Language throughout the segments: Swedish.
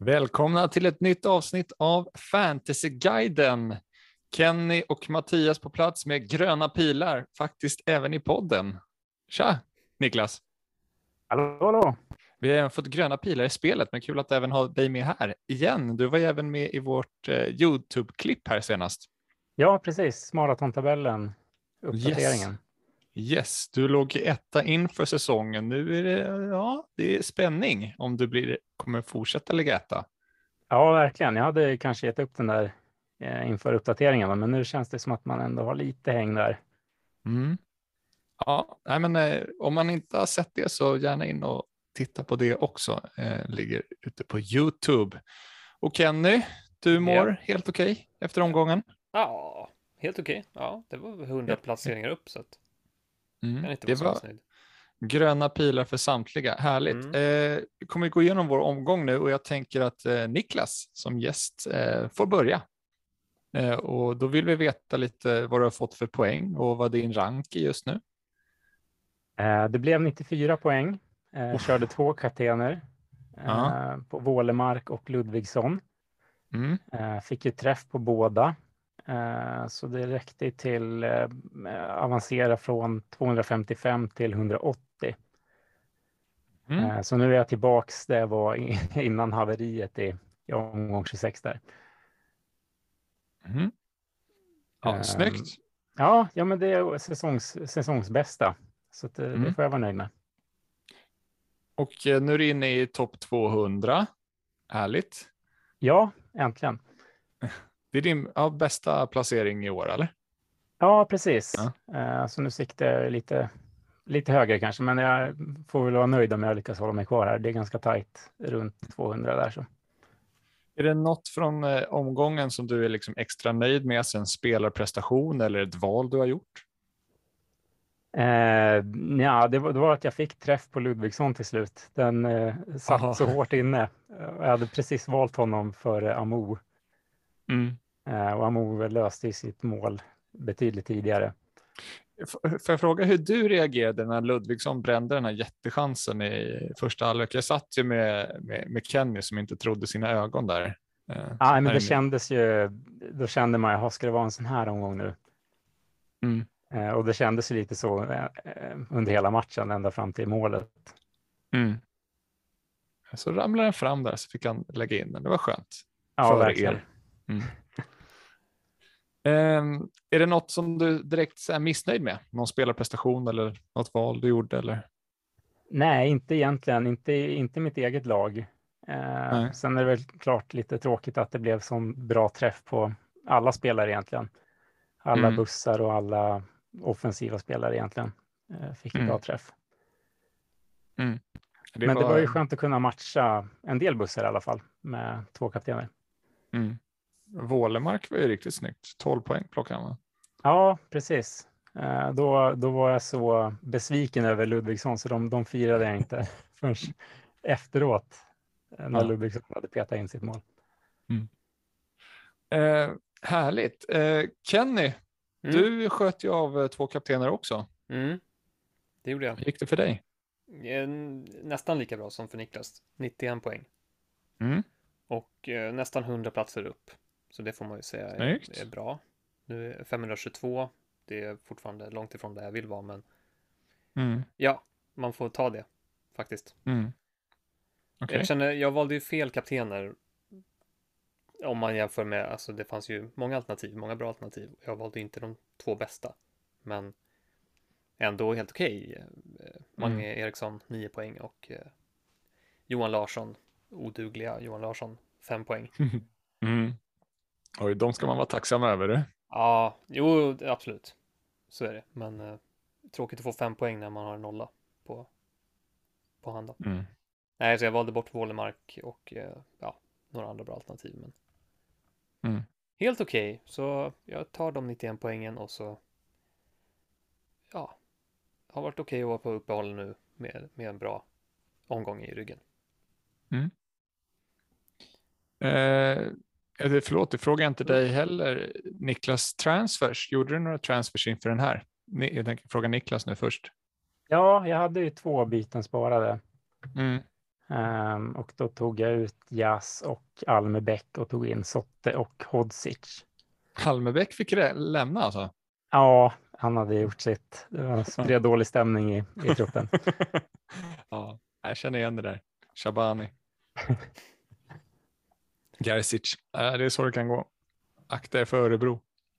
Välkomna till ett nytt avsnitt av Fantasyguiden. Kenny och Mattias på plats med gröna pilar, faktiskt även i podden. Tja, Niklas. Hallå. Vi har även fått gröna pilar i spelet, men kul att även ha dig med här igen. Du var ju även med i vårt YouTube-klipp här senast. Ja, precis. Maratontabellen, uppdateringen. Yes, du låg etta inför säsongen. Nu är det är spänning om du kommer fortsätta ligga etta. Ja, verkligen. Jag hade kanske gett upp den där inför uppdateringen, men nu känns det som att man ändå har lite häng där. Mm. Ja, nej men, om man inte har sett det så gärna in och titta på det också. Ligger ute på YouTube. Och Kenny, du mår helt okej efter omgången? Ja, helt okej. Ja, det var 100 placeringar upp så att jag inte det var nöjd. Gröna pilar för samtliga. Härligt. Vi kommer gå igenom vår omgång nu och jag tänker att Niklas som gäst får börja. Och då vill vi veta lite vad du har fått för poäng och vad din rank är just nu. Det blev 94 poäng. Körde 2 kaptener på Wålemark och Ludvigsson. Fick ju träff på båda. Så det räckte till avancera från 255 till 180. Så nu är jag tillbaks där jag var innan haveriet i omgång 26 där. Ja, snyggt. Ja, men det är säsongsbästa. Så att, det får jag vara nöjd med. Och nu är du inne i topp 200. Härligt. Ja, äntligen. Det är din bästa placering i år, eller? Ja, precis. Ja. Så nu siktar jag lite högre kanske, men jag får väl vara nöjd om jag lyckas hålla mig kvar här. Det är ganska tajt runt 200 där. Så. Är det något från omgången som du är liksom extra nöjd med, alltså en spelarprestation eller ett val du har gjort? Ja, det var att jag fick träff på Ludvigsson till slut. Den satt så hårt inne. Jag hade precis valt honom för Amo. Och Amo löste i sitt mål betydligt tidigare. Får jag fråga hur du reagerade när Ludvigsson brände den här jättechansen i första halvlek? Jag satt ju med Kenny som inte trodde sina ögon där. Men det kändes ju, då kände man, jaha, ska det vara en sån här omgång nu? Och det kändes ju lite så under hela matchen, ända fram till målet. Så ramlade den fram där så fick han lägga in den. Det var skönt. Ja, verkligen. Är det något som du direkt är missnöjd med? Någon spelarprestation eller något val du gjorde? Eller? Nej, inte egentligen. Inte mitt eget lag. Sen är det väl klart lite tråkigt att det blev sån bra träff på alla spelare egentligen. Alla bussar och alla offensiva spelare egentligen fick en bra träff. Men det var ju skönt att kunna matcha en del bussar i alla fall med 2 kaptener. Wålemark var ju riktigt snyggt. 12 poäng plockade han. Ja, precis. Då var jag så besviken över Ludvigsson så de firade jag inte förrän efteråt när Ludvigsson hade petat in sitt mål. Härligt. Kenny, du sköt ju av 2 kaptener också. Det gjorde jag. Hur gick det för dig? Nästan lika bra som för Niklas. 91 poäng. Och nästan 100 platser upp. Så det får man ju säga är bra. Nu är 522. Det är fortfarande långt ifrån där jag vill vara, men ja, man får ta det faktiskt. Okay. Jag valde ju fel kaptener om man jämför med, alltså det fanns ju många bra alternativ. Jag valde inte de 2 bästa, men ändå helt okej. Mange Eriksson 9 poäng och Johan Larsson, odugliga Johan Larsson 5 poäng. Oj, de ska man vara tacksam över det. Ja, jo, absolut. Så är det. Men tråkigt att få 5 poäng när man har en 0 på hand då. Nej, så jag valde bort Wålemark och några andra bra alternativ. Men helt okej. Så jag tar de 91 poängen och så har varit okej att vara på uppehåll nu med en bra omgång i ryggen. Förlåt, det frågar jag inte dig heller. Niklas, transfers. Gjorde du några transfers inför den här? Jag tänker fråga Niklas nu först. Ja, jag hade ju 2 byten sparade. Och då tog jag ut Jas och Almebäck och tog in Sotte och Hodzic. Almebäck fick lämna alltså? Ja, han hade gjort sitt. Det var spred dålig stämning i truppen. Ja, jag känner igen det där. Shabani. Garicic. Det är så det kan gå. Akta er för Örebro.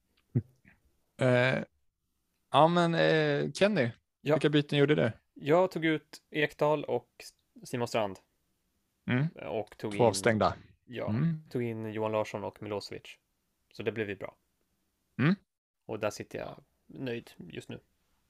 Ja, men Kenny, vilka byten gjorde du? Jag tog ut Ekdal och Simon Strand. Och tog Två avstängda. Ja, tog in Johan Larsson och Milosevic. Så det blev ju bra. Och där sitter jag nöjd just nu.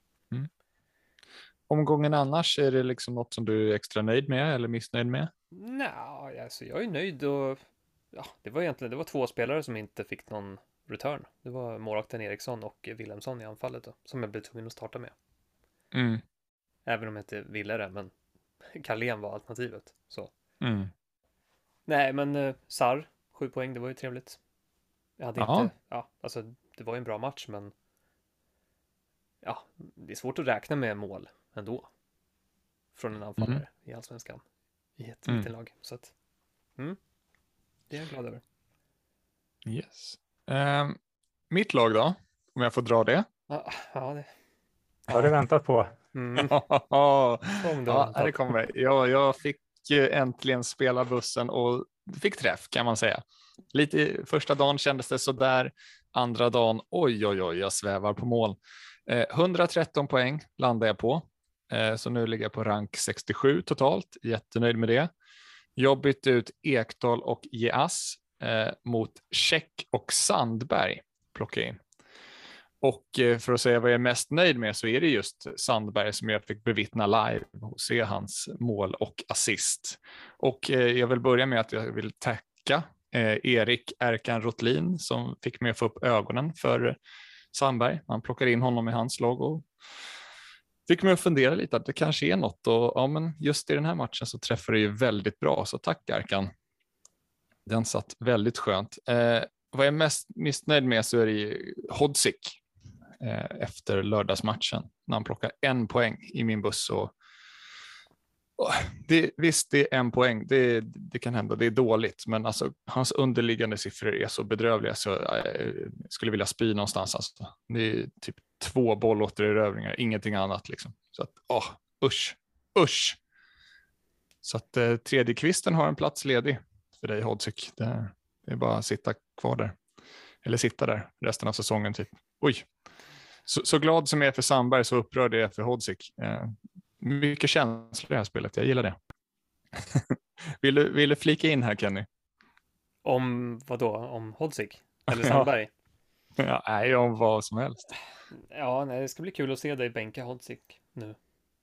Omgången annars, är det liksom något som du är extra nöjd med eller missnöjd med? Nej, alltså jag är nöjd och ja, det var 2 spelare som inte fick någon return. Det var målvakten Eriksson och Wilhelmsson i anfallet då, som jag blev tvungen att starta med. Även om jag inte ville det, men Carlén var alternativet. Så. Nej, men Sarr, 7 poäng, det var ju trevligt. Jag hade inte, alltså det var ju en bra match, men ja, det är svårt att räkna med mål ändå. Från en anfallare i Allsvenskan. I ett mittenlag. Så att, det är jag glad över. Yes. Mitt lag då, om jag får dra det. Ja, det har du väntat på. Det kommer. Jag fick äntligen spela bussen och fick träff, kan man säga. Lite första dagen kändes det så där. Andra dagen, oj, jag svävar på mål. 113 poäng landade jag på. Så nu ligger jag på rank 67 totalt. Jättenöjd med det. Jag bytte ut Ekdal och Jas mot Käck och Sandberg. Plocka in. Och för att säga vad jag är mest nöjd med så är det just Sandberg som jag fick bevittna live och se hans mål och assist. Och jag vill börja med att jag vill tacka Erik Erkan Rotlin som fick mig att få upp ögonen för Sandberg. Man plockade in honom i hans lag och fick mig att fundera lite att det kanske är något. Och ja, men just i den här matchen så träffade det ju väldigt bra, så tack Erkan. Den satt väldigt skönt. Vad jag är mest missnöjd med så är det ju Hodzic efter lördagsmatchen när han plockar 1 poäng i min buss. Visst, det är 1 poäng. Det kan hända. Det är dåligt, men alltså, hans underliggande siffror är så bedrövliga så jag skulle vilja spy någonstans. Alltså. Det är typ 2 bollåtererövringar, ingenting annat. Liksom. Så att, usch. Så att tredje kvisten har en plats ledig för dig, Hodzic. Det är bara att sitta kvar där. Eller sitta där resten av säsongen typ. Oj. Så glad som jag är för Sandberg så upprörd är jag för Hodzic. Mycket känslor i det här spelet, jag gillar det. Vill du flika in här, Kenny? Om vad då? Om Hodzic? Eller Sandberg? Nej, om vad som helst. Ja, nej, det ska bli kul att se dig bänka Hodzic nu.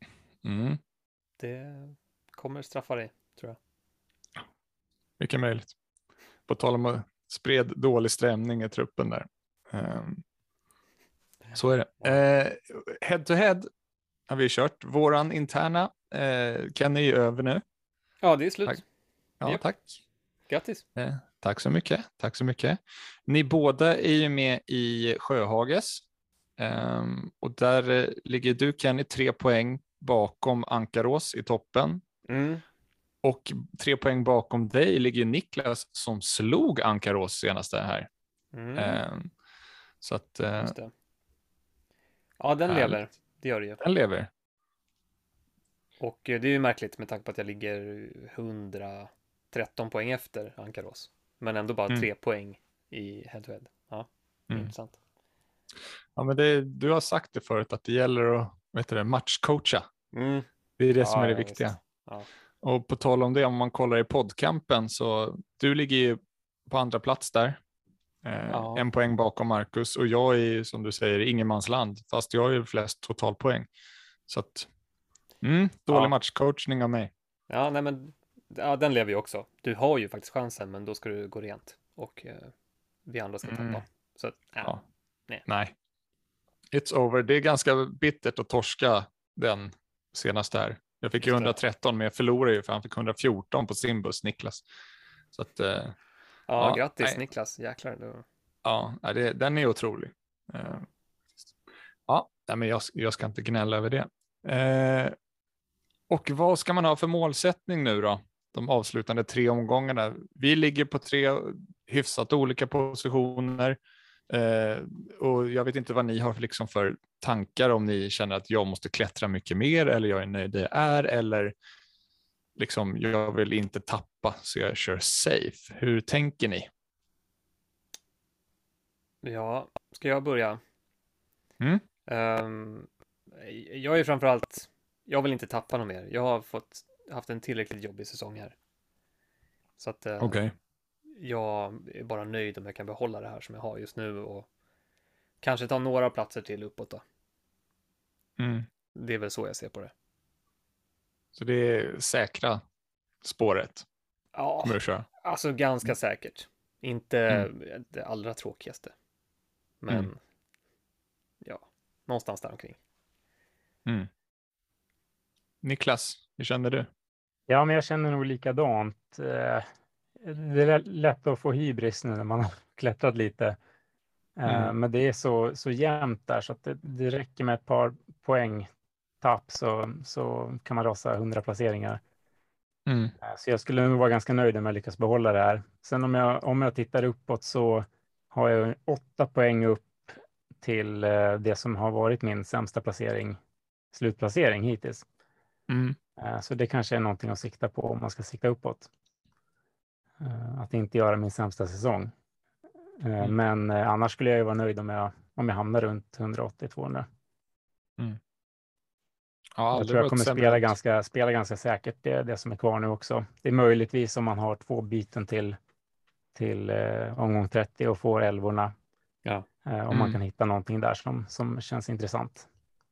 Det kommer straffa dig, tror jag. Mycket möjligt. På tal om att spred dålig stämning i truppen där. Så är det. Head to head har vi kört. Våran interna Kenny är över nu. Ja, det är slut. Tack. Ja, Yep. tack. Grattis. Tack så mycket. Tack så mycket. Ni båda är ju med i Sjöhages. Och där ligger du, Kenny, 3 poäng bakom Ankarås i toppen. Och 3 poäng bakom dig ligger Niklas som slog Ankarås senaste här. Så att... Just det. Ja, den lever. Det gör det ju. Den lever. Och det är ju märkligt med tanke på att jag ligger 113 poäng efter Ankarås. Men ändå bara 3 poäng i head-to-head. Ja, intressant. Ja, men du har sagt det förut att det gäller att matchcoacha. Det är det som är det viktiga. Ja. Och på tal om det, om man kollar i poddkampen så du ligger ju på andra plats där. 1 poäng bakom Marcus och jag är som du säger ingenmansland fast jag har ju flest totalpoäng. Så att dålig matchcoachning av mig. Ja, nej men den lever ju också. Du har ju faktiskt chansen men då ska du gå rent och vi andra ska tappa. Så att, nej. It's over. Det är ganska bittert att torska den senaste här. Jag fick ju 113 men jag förlorade ju för han fick 114 på sin buss, Niklas. Så att grattis Niklas, jäklar. Ja, den är otrolig. Men jag ska inte gnälla över det. Och vad ska man ha för målsättning nu då? De avslutande 3 omgångarna. Vi ligger på 3 hyfsat olika positioner. Och jag vet inte vad ni har liksom för tankar, om ni känner att jag måste klättra mycket mer eller jag är nöjd där jag är, eller liksom jag vill inte tappa så jag kör safe. Hur tänker ni? Ja, ska jag börja? Mm? Jag är framförallt, jag vill inte tappa något mer. Jag har haft en tillräckligt jobbig säsong här. Så att Okej. jag är bara nöjd om jag kan behålla det här som jag har just nu och kanske ta några platser till uppåt då. Mm. Det är väl så jag ser på det. Så det är säkra spåret. Ja, Kommer du köra? alltså ganska säkert. Inte det allra tråkigaste. Men ja, någonstans där omkring. Mm. Niklas, hur känner du? Ja, men jag känner nog likadant. Det är lätt att få hybris nu när man har klättrat lite. Men det är så jämnt där så att det räcker med ett par poängtapp så kan man rasa 100 placeringar. Så jag skulle nog vara ganska nöjd om jag lyckas behålla det här. Sen om jag tittar uppåt så har jag 8 poäng upp till det som har varit min sämsta slutplacering hittills. Så det kanske är någonting att sikta på om man ska sikta uppåt. Att inte göra min sämsta säsong. Men annars skulle jag ju vara nöjd om jag hamnar runt 180-200. Ja, jag tror jag kommer spela ganska säkert det som är kvar nu också. Det är möjligtvis om man har 2 byten till omgång 30 och får 11:orna. Ja. Om man kan hitta någonting där som känns intressant.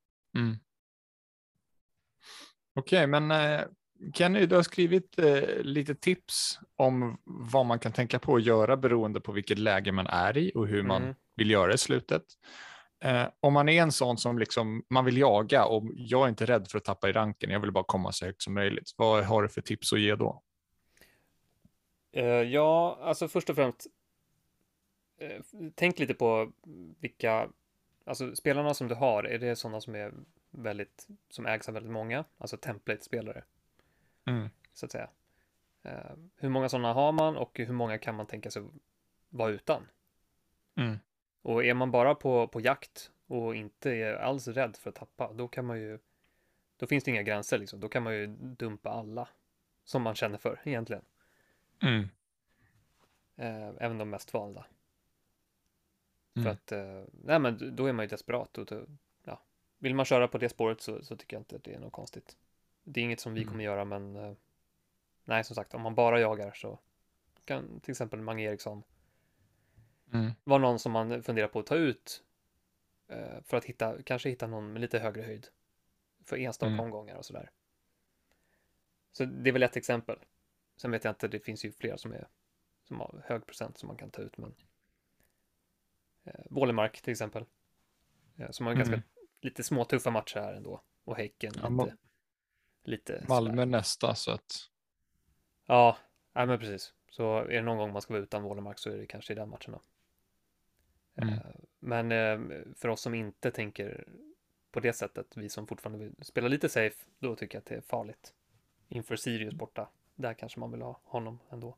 Okej, men Kenny, du har skrivit lite tips om vad man kan tänka på att göra beroende på vilket läge man är i och hur man vill göra i slutet. Om man är en sån som liksom, man vill jaga och jag är inte rädd för att tappa i ranken, jag vill bara komma så högt som möjligt. Vad har du för tips att ge då? Ja, alltså först och främst tänk lite på vilka, alltså spelarna som du har, är det sådana som är som ägs av väldigt många, alltså template-spelare, så att säga. Hur många sådana har man och hur många kan man tänka sig vara utan? Och är man bara på jakt och inte är alls rädd för att tappa, då finns det inga gränser liksom. Då kan man ju dumpa alla som man känner för egentligen. Även de mest valda. För att, nej men då är man ju desperat och vill man köra på det spåret så tycker jag inte det är något konstigt. Det är inget som vi kommer göra, men nej, som sagt, om man bara jagar så kan till exempel Mange Eriksson vara någon som man funderar på att ta ut för att kanske hitta någon med lite högre höjd för enstaka omgångar och sådär. Så det är väl ett exempel. Sen vet jag inte, det finns ju flera som har hög procent som man kan ta ut, men Wålemark till exempel, som har ganska lite små tuffa matcher här ändå, och Häcken lite Malmö sådär. nästa, så att ja, men precis. Så är det någon gång man ska vara utan Wålemark så är det kanske i den matchen då. Men för oss som inte tänker på det sättet, vi som fortfarande vill spela lite safe, då tycker jag att det är farligt. Inför Sirius borta, där kanske man vill ha honom ändå.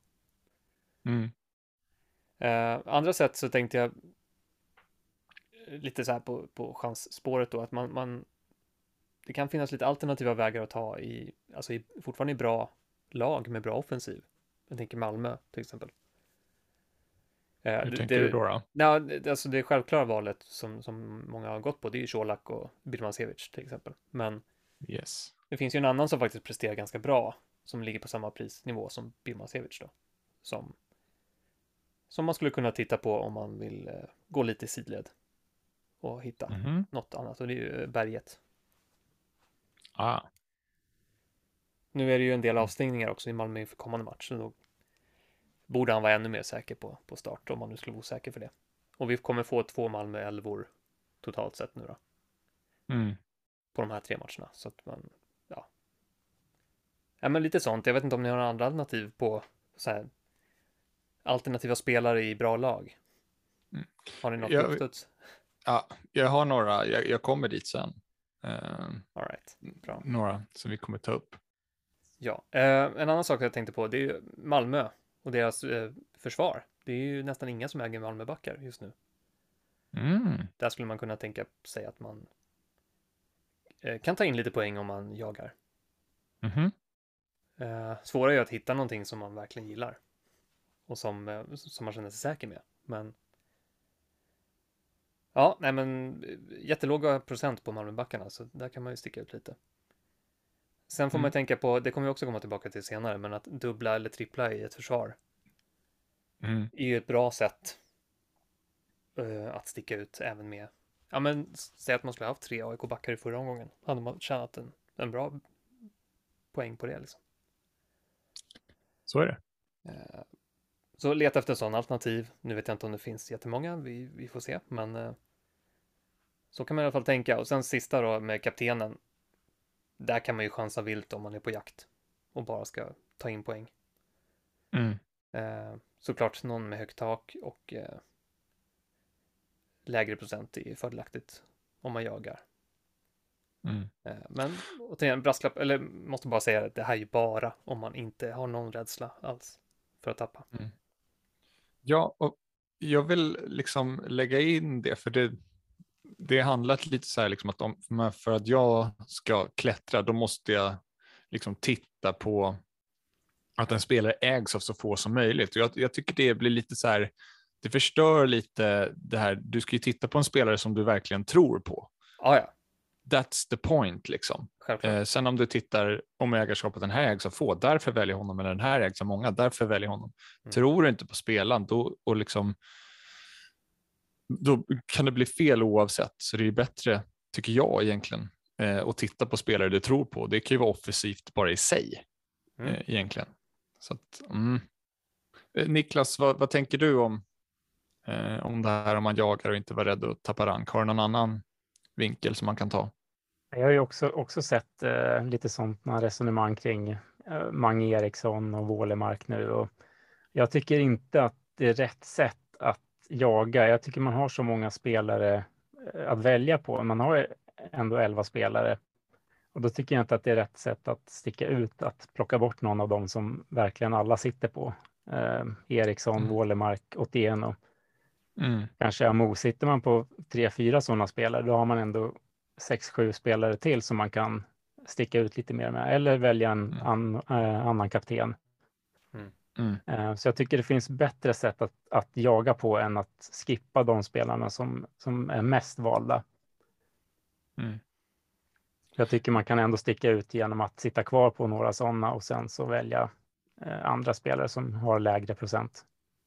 Andra sätt så tänkte jag lite så här på chansspåret då, att det kan finnas lite alternativa vägar att ta fortfarande i bra lag med bra offensiv. Jag tänker Malmö till exempel. Hur tänker du då? Alltså det självklara valet som många har gått på, det är ju Colak och Birmancevic till exempel. Men det finns ju en annan som faktiskt presterar ganska bra, som ligger på samma prisnivå som Birmancevic då. Som man skulle kunna titta på om man vill gå lite i sidled och hitta något annat. Och det är ju Berget. Nu är det ju en del avstängningar också i Malmö inför kommande match, så då borde han vara ännu mer säker på start, om man nu skulle vara säker för det. Och vi kommer få 2 Malmö-11 totalt sett nu då. På de här 3 matcherna. Så att man, ja men lite sånt. Jag vet inte om ni har några andra alternativ på så här alternativa spelare i bra lag. Har ni något uppstuds? Ja, jag har några. Jag kommer dit sen. All right. Bra. Några som vi kommer ta upp. Ja, en annan sak jag tänkte på, det är ju Malmö och deras försvar. Det är ju nästan inga som äger Malmöbackar just nu. Där skulle man kunna tänka sig att man kan ta in lite poäng om man jagar. Svårare är ju att hitta någonting som man verkligen gillar och som man känner sig säker med. Men ja, nej men jättelåga procent på Malmöbackarna, så där kan man ju sticka ut lite. Sen får man tänka på, det kommer vi också komma tillbaka till senare, men att dubbla eller trippla i ett försvar är ju ett bra sätt att sticka ut även med. Ja, men säg att man skulle ha haft 3 AIK-backar i förra omgången. Hade man tjänat en bra poäng på det liksom. Så är det. Så leta efter sådana alternativ. Nu vet jag inte om det finns jättemånga, vi får se, men så kan man i alla fall tänka. Och sen sista då med kaptenen. Där kan man ju chansa vilt om man är på jakt och bara ska ta in poäng. Såklart någon med högt tak och lägre procent är fördelaktigt om man jagar. Men återigen, brasklapp, eller måste bara säga att det här är ju bara om man inte har någon rädsla alls för att tappa. Ja, och jag vill liksom lägga in det, för det handlar lite så här liksom att för att jag ska klättra, då måste jag liksom titta på att en spelare ägs av så få som möjligt. Och jag tycker det blir lite så här, det förstör lite det här, du ska ju titta på en spelare som du verkligen tror på. Ja. That's the point liksom. Sen om du tittar om ägarskapet, den här ägs av få, därför väljer honom, eller den här ägs av många, därför väljer honom. Tror du inte på spelaren, då kan det bli fel oavsett. Så det är bättre, tycker jag egentligen, att titta på spelare du tror på. Det kan ju vara offensivt bara i sig egentligen. Så att, Niklas, vad tänker du om det här om man jagar och inte var rädd att tappa rank? Har du någon annan vinkel som man kan ta? Jag har ju också sett lite sådana resonemang kring Mange Eriksson och Wålemark nu, och jag tycker inte att det är rätt sätt att jaga. Jag tycker man har så många spelare att välja på. Man har ändå 11 spelare, och då tycker jag inte att det är rätt sätt att sticka ut, att plocka bort någon av dem som verkligen alla sitter på. Eriksson, Wålemark, Otieno. Kanske Amo. Sitter man på 3-4 sådana spelare, då har man ändå 6-7 spelare till som man kan sticka ut lite mer med, eller välja en annan kapten. Så jag tycker det finns bättre sätt att jaga på än att skippa de spelarna som är mest valda. Jag tycker man kan ändå sticka ut genom att sitta kvar på några sådana och sen så välja andra spelare som har lägre procent.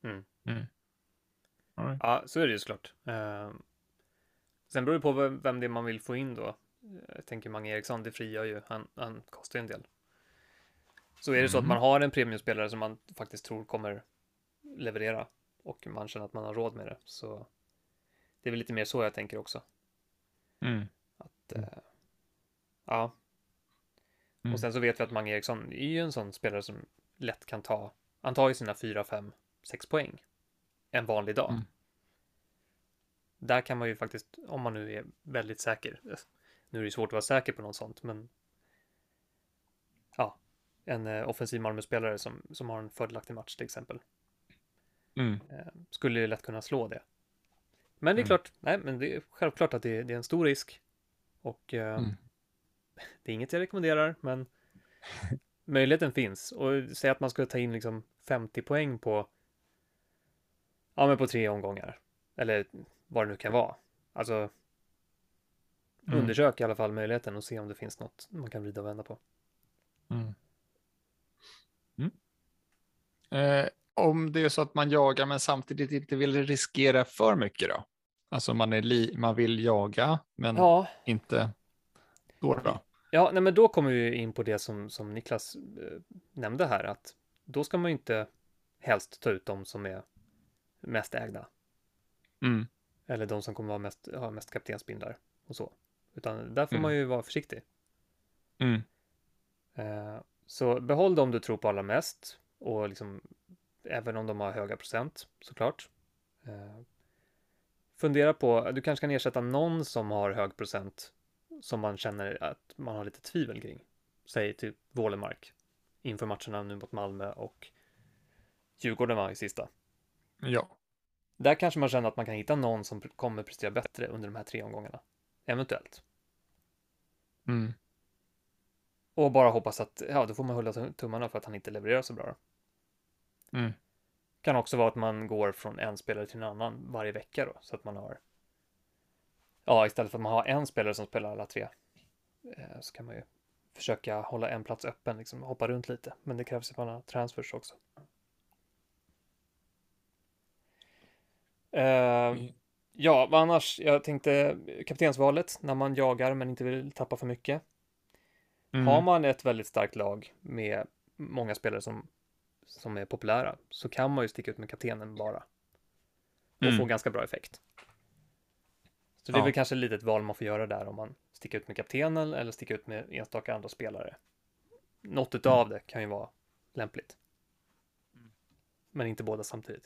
Right. Ja, så är det ju såklart. Sen beror det på vem det är man vill få in då. Jag tänker Mange Eriksson, det friar ju. Han kostar ju en del. Så är det så att man har en premiumspelare som man faktiskt tror kommer leverera och man känner att man har råd med det, så det är väl lite mer så jag tänker också. Ja. Och sen så vet vi att Mange Eriksson är ju en sån spelare som lätt kan han tar ju sina 4, 5, 6 poäng en vanlig dag. Där kan man ju faktiskt, om man nu är väldigt säker, nu är det svårt att vara säker på något sånt, men ja, en offensiv Malmö-spelare som har en fördelaktig match till exempel skulle ju lätt kunna slå det. Men det är klart, nej, men det är självklart att det är en stor risk, och det är inget jag rekommenderar, men möjligheten finns. Och säg att man skulle ta in liksom 50 poäng på 3 omgångar, eller vad det nu kan vara. Alltså undersök i alla fall möjligheten och se om det finns något man kan vrida och vända på. Om det är så att man jagar men samtidigt inte vill riskera för mycket då? Alltså man vill jaga men inte då? Ja, nej, men då kommer vi in på det som Niklas nämnde här, att då ska man ju inte helst ta ut de som är mest ägda. Eller de som kommer ha mest kaptensbindlar och så. Utan där får man ju vara försiktig. Så behåll dem du tror på allra mest, och liksom, även om de har höga procent, såklart. Fundera på, du kanske kan ersätta någon som har hög procent som man känner att man har lite tvivel kring. Säg typ Wålemark inför matcherna nu mot Malmö och Djurgården var i sista. Ja. Där kanske man känner att man kan hitta någon som kommer prestera bättre under de här 3 omgångarna. Eventuellt. Mm. Och bara hoppas att, ja, då får man hålla tummarna för att han inte levererar så bra. Mm. Kan också vara att man går från en spelare till en annan varje vecka då, så att man har, ja, istället för att man har en spelare som spelar alla 3, så kan man ju försöka hålla en plats öppen, liksom hoppa runt lite. Men det krävs ju att man har transfers också. Ja, vad annars? Jag tänkte kaptensvalet när man jagar men inte vill tappa för mycket. Har man ett väldigt starkt lag med många spelare som är populära så kan man ju sticka ut med kaptenen bara. Och få ganska bra effekt. Så det är väl kanske lite ett val man får göra där om man sticker ut med kaptenen eller sticker ut med enstaka andra spelare. Något utav det kan ju vara lämpligt. Men inte båda samtidigt.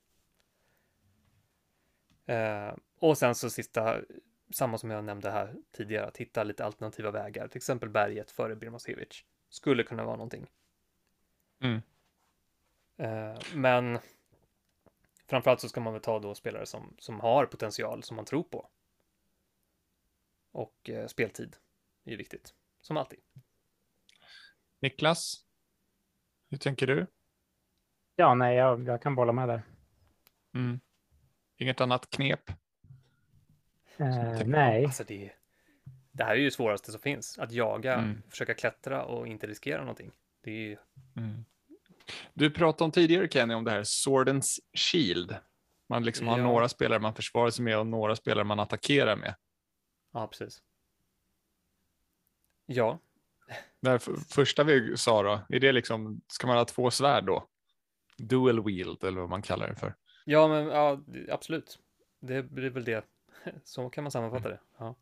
Och sen så sista, samma som jag nämnde här tidigare, att hitta lite alternativa vägar. Till exempel Berget före Birmancevic. Skulle kunna vara någonting. Men framförallt så ska man väl ta då spelare som har potential, som man tror på. Och speltid är ju viktigt, som alltid. Niklas, hur tänker du? Ja, nej, jag kan bolla med där. Inget annat knep? Nej. Alltså det här är ju det svåraste som finns. Att jaga, försöka klättra och inte riskera någonting. Det är ju... Du pratade om tidigare, Kenny, om det här Swordens Shield. Man liksom har några spelare man försvarar sig med och några spelare man attackerar med. Ja, precis. Ja. Det första vi sa då, är det liksom, ska man ha 2 svärd då? Dual wield eller vad man kallar det för. Ja, men ja, absolut. Det blir väl det. Så kan man sammanfatta det. Ja.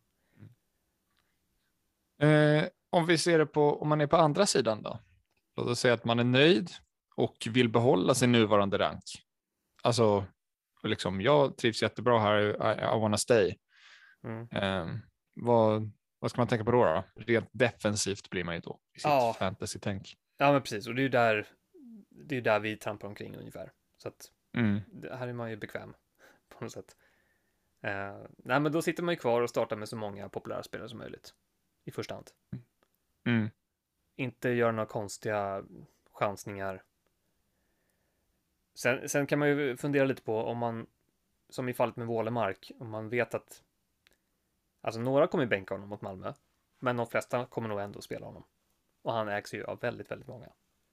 Om vi ser det på, om man är på andra sidan då. Låt oss säga att man är nöjd och vill behålla sin nuvarande rank. Alltså, liksom, jag trivs jättebra här, I wanna stay. Vad ska man tänka på då? Rent defensivt blir man ju då i sitt fantasy-tänk. Ja, men precis. Och det är ju där vi trampar omkring ungefär. Så att här är man ju bekväm på något sätt. Nej, men då sitter man ju kvar och startar med så många populära spelare som möjligt i första hand. Inte göra några konstiga chansningar. Sen kan man ju fundera lite på om man, som i fallet med Wålemark, om man vet att alltså några kommer bänka honom mot Malmö, men de flesta kommer nog ändå spela honom. Och han ägs ju av väldigt, väldigt många.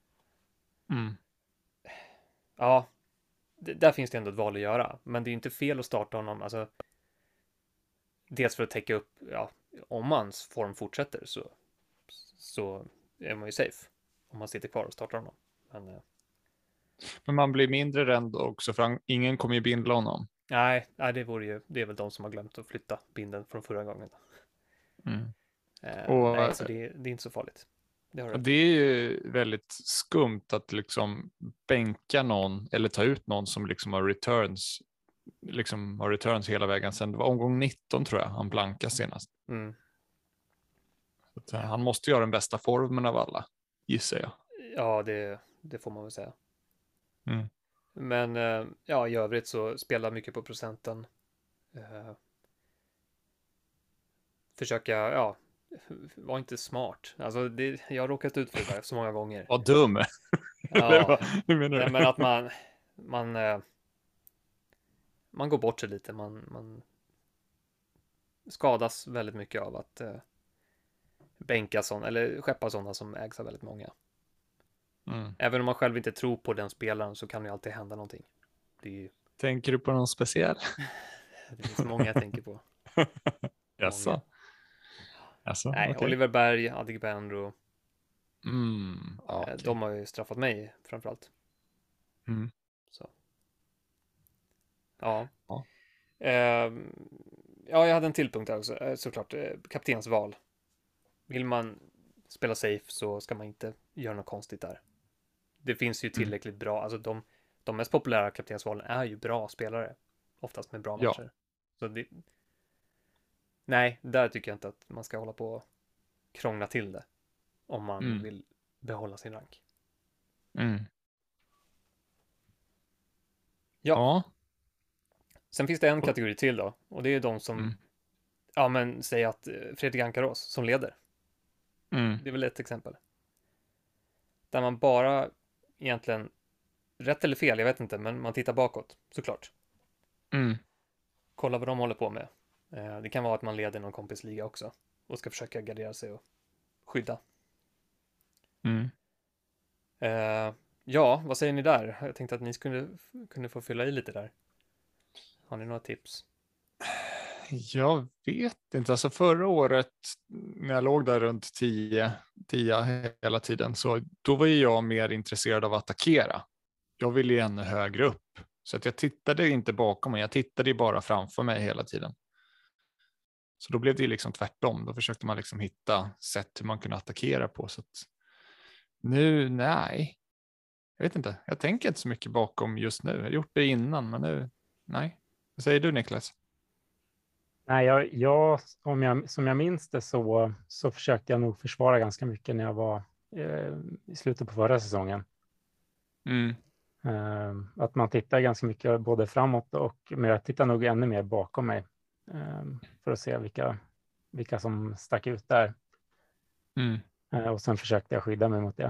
Ja, där finns det ändå ett val att göra. Men det är inte fel att starta honom. Alltså, dels för att täcka upp, ja, om hans form fortsätter så är man ju safe. Om man sitter kvar och startar honom. Men man blir mindre rädd också, för ingen kommer ju bindla honom. Nej, det är väl de som har glömt att flytta binden från förra gången. Nej, så det är inte så farligt. Det är ju väldigt skumt att liksom bänka någon eller ta ut någon som liksom har returns hela vägen sen. Det var omgång 19 tror jag han blankade senast. Så han måste göra den bästa formen av alla, gissar jag. Ja, det får man väl säga. Men ja, i övrigt så spelar mycket på procenten. Försöka, var inte smart. Alltså, jag har råkat ut för det där så många gånger. Vad dum! Ja, hur menar du? men att man går bort sig lite. Man skadas väldigt mycket av att bänka sådana, eller skeppa sådana som ägs av väldigt många. Även om man själv inte tror på den spelaren så kan det ju alltid hända någonting. Tänker du på någon speciell? Det finns många jag tänker på. Jaså? Nej, okay. Oliver Berg, Adegbenro. Okay. De har ju straffat mig framförallt. Så. Ja. Jag hade en till punkt här också, såklart. Kaptensval. Vill man spela safe så ska man inte göra något konstigt där. Det finns ju tillräckligt bra, alltså de mest populära kaptensvalen är ju bra spelare. Oftast med bra matcher. Så Nej, där tycker jag inte att man ska hålla på och krångla till det om man vill behålla sin rank. Ja. Sen finns det en kategori till då, och det är de som ja, men säg att Fredrik Ankarås som leder. Det är väl ett exempel. Där man bara egentligen, rätt eller fel, jag vet inte, men man tittar bakåt, såklart. Kolla vad de håller på med. Det kan vara att man leder någon kompisliga också och ska försöka gardera sig och skydda. Ja, vad säger ni där? Jag tänkte att ni kunde få fylla i lite där. Har ni några tips? Jag vet inte. Alltså förra året när jag låg där runt 10 hela tiden, så då var ju jag mer intresserad av att attackera. Jag ville ju ännu högre upp. Så att jag tittade inte bakom mig. Jag tittade bara framför mig hela tiden. Så då blev det liksom tvärtom. Då försökte man liksom hitta sätt hur man kunde attackera på. Så att nu, nej. Jag vet inte. Jag tänker inte så mycket bakom just nu. Jag har gjort det innan, men nu, nej. Vad säger du, Niklas? Nej, som jag minns det så försökte jag nog försvara ganska mycket när jag var i slutet på förra säsongen. Att man tittar ganska mycket både framåt men jag tittar nog ännu mer bakom mig för att se vilka som stack ut där. Och sen försökte jag skydda mig mot det.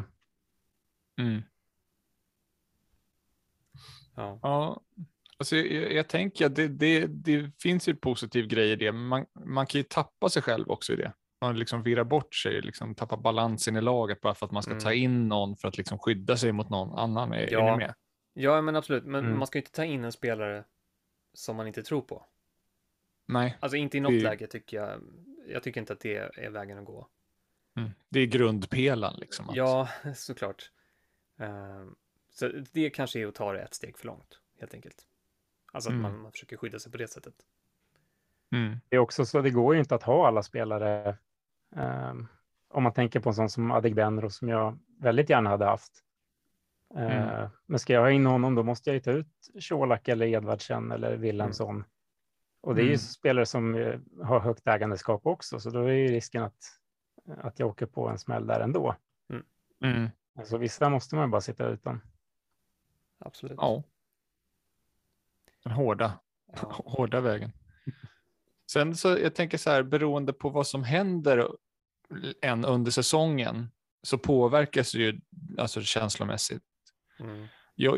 Ja. Alltså jag tänker att det finns ju positiv grej i det, men man kan ju tappa sig själv också i det. Man liksom virrar bort sig, liksom tappar balansen i laget bara för att man ska ta in någon för att liksom skydda sig mot någon annan. Är ni med? Ja, men absolut. Men man ska ju inte ta in en spelare som man inte tror på. Nej. Alltså inte i något läge tycker jag. Jag tycker inte att det är vägen att gå. Det är grundpelan liksom. Ja, såklart. Så det kanske är att ta det ett steg för långt, helt enkelt. Alltså att man försöker skydda sig på det sättet. Det är också så, det går ju inte att ha alla spelare. Om man tänker på en sån som Adegbenro som jag väldigt gärna hade haft. Men ska jag ha in honom, då måste jag ju ta ut Colak eller Edvardsen eller Wilhelmsson. Och det är ju spelare som har högt ägandeskap också, så då är ju risken att jag åker på en smäll där ändå. Alltså vissa måste man bara sitta utan. Absolut. Ja. Den hårda vägen. Sen så jag tänker så här, beroende på vad som händer under säsongen så påverkas ju alltså känslomässigt. Det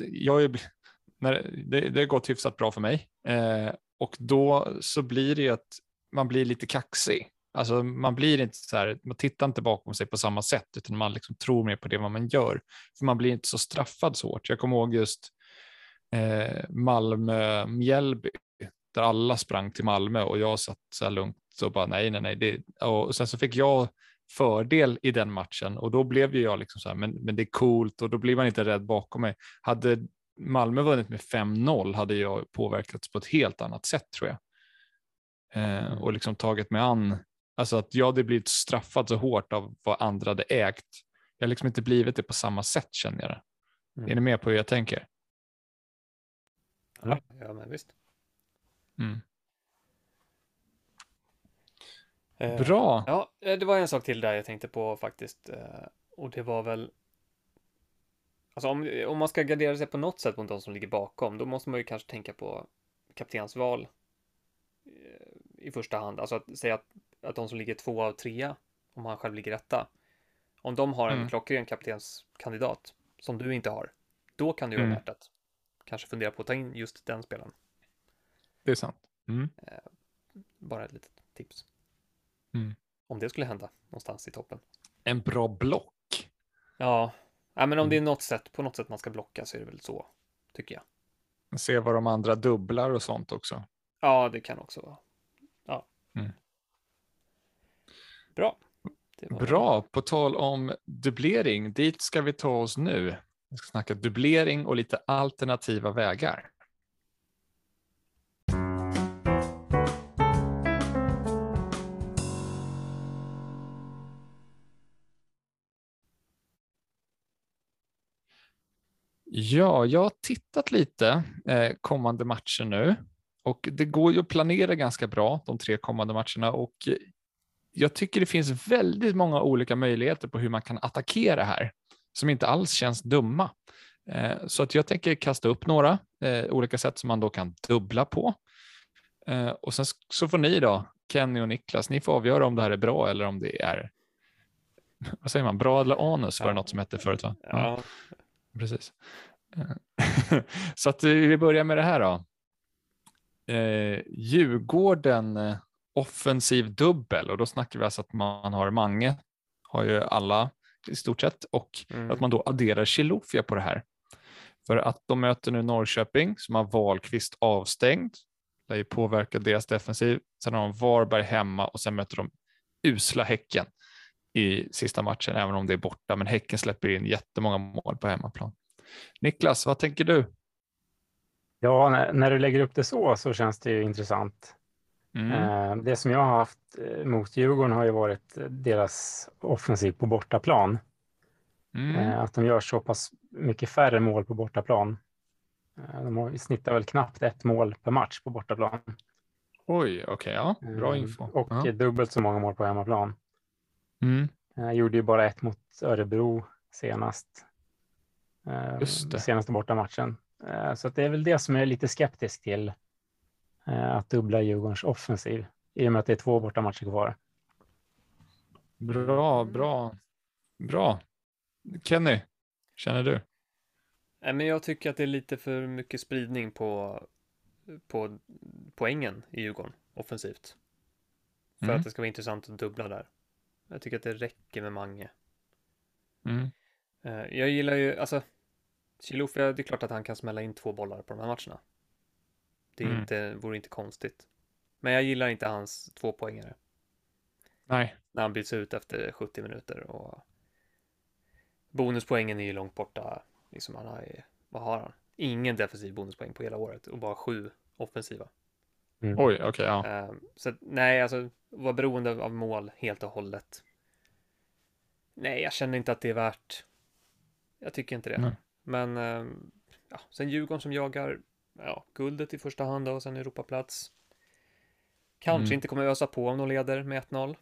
har gått hyfsat bra för mig och då så blir det ju att man blir lite kaxig. Alltså man blir inte så här, man tittar inte bakom sig på samma sätt utan man liksom tror mer på det vad man gör. För man blir inte så straffad så hårt. Jag kommer ihåg just Malmö-Mjällby där alla sprang till Malmö och jag satt så här lugnt och bara nej. Och sen så fick jag fördel i den matchen och då blev ju jag liksom så här, men det är coolt och då blir man inte rädd bakom mig. Hade Malmö vunnit med 5-0 hade jag påverkats på ett helt annat sätt tror jag. Och liksom tagit mig an, alltså att jag hade blivit straffad så hårt av vad andra hade ägt. Jag har liksom inte blivit det på samma sätt känner jag det. Är ni med på hur jag tänker? Ja, men visst. Bra. Ja, det var en sak till där jag tänkte på faktiskt. Och det var väl alltså om man ska gardera sig på något sätt mot de som ligger bakom, då måste man ju kanske tänka på kaptensval i första hand. Alltså att säga att de som ligger 2 av 3, om han själv ligger etta, om de har en klockren kaptenskandidat som du inte har, då kan det ju vara värt att kanske fundera på att ta in just den spelaren. Det är sant. Bara ett litet tips. Om det skulle hända någonstans i toppen. En bra block. Ja, men om det är på något sätt man ska blocka så är det väl så, tycker jag. Se vad de andra dubblar och sånt också. Ja, det kan också vara. Ja. Bra. Bra, på tal om dubblering, dit ska vi ta oss nu. Vi ska snacka dubblering och lite alternativa vägar. Ja, jag har tittat lite kommande matcher nu Och det går ju att planera ganska bra de 3 kommande matcherna och jag tycker det finns väldigt många olika möjligheter på hur man kan attackera här som inte alls känns dumma. Så att jag tänker kasta upp några olika sätt som man då kan dubbla på. Och sen så får ni då, Kenny och Niklas, ni får avgöra om det här är bra eller om det är, vad säger man, bra eller anus var det något som hette förut, va? Ja. Precis. Så att vi börjar med det här då. Djurgården offensiv dubbel, och då snackar vi alltså att man har Mange, har ju alla i stort sett, och att man då adderar Chilufya på det här. För att de möter nu Norrköping som har Wahlqvist avstängd. Det påverkar deras defensiv. Sen har de Varberg hemma och sen möter de usla Häcken i sista matchen, även om det är borta. Men Häcken släpper in jättemånga mål på hemmaplan. Niklas, vad tänker du? Ja, när du lägger upp det så känns det ju intressant. Det som jag har haft mot Djurgården har ju varit deras offensiv på bortaplan. Att de gör så pass mycket färre mål på bortaplan. De snittar väl knappt 1 mål per match på bortaplan. Oj, okej, ja. Bra info. Och dubbelt så många mål på hemmaplan. Gjorde ju bara 1 mot Örebro senast. Just det. Senaste bortamatchen. Så att det är väl det som jag är lite skeptisk till. Att dubbla Djurgårdens offensiv. I och med att det är 2 bortamatcher kvar. Bra. Kenny, känner du? Nej, men jag tycker att det är lite för mycket spridning på poängen i Djurgården offensivt. För att det ska vara intressant att dubbla där. Jag tycker att det räcker med Mange. Jag gillar ju, alltså Chilufya, det är klart att han kan smälla in 2 bollar på de här matcherna. Det vore inte konstigt. Men jag gillar inte hans 2-poängare. Nej. När han byts ut efter 70 minuter och bonuspoängen är ju långt borta. Liksom vad har han? Ingen defensiv bonuspoäng på hela året och bara 7 offensiva. Oj, okej, ja. Så nej, alltså vara beroende av mål helt och hållet. Nej, jag känner inte att det är värt. Jag tycker inte det. Men sen Djurgården som jagar guldet i första hand och sen Europaplats. Kanske inte kommer ösa på om de leder med 1-0.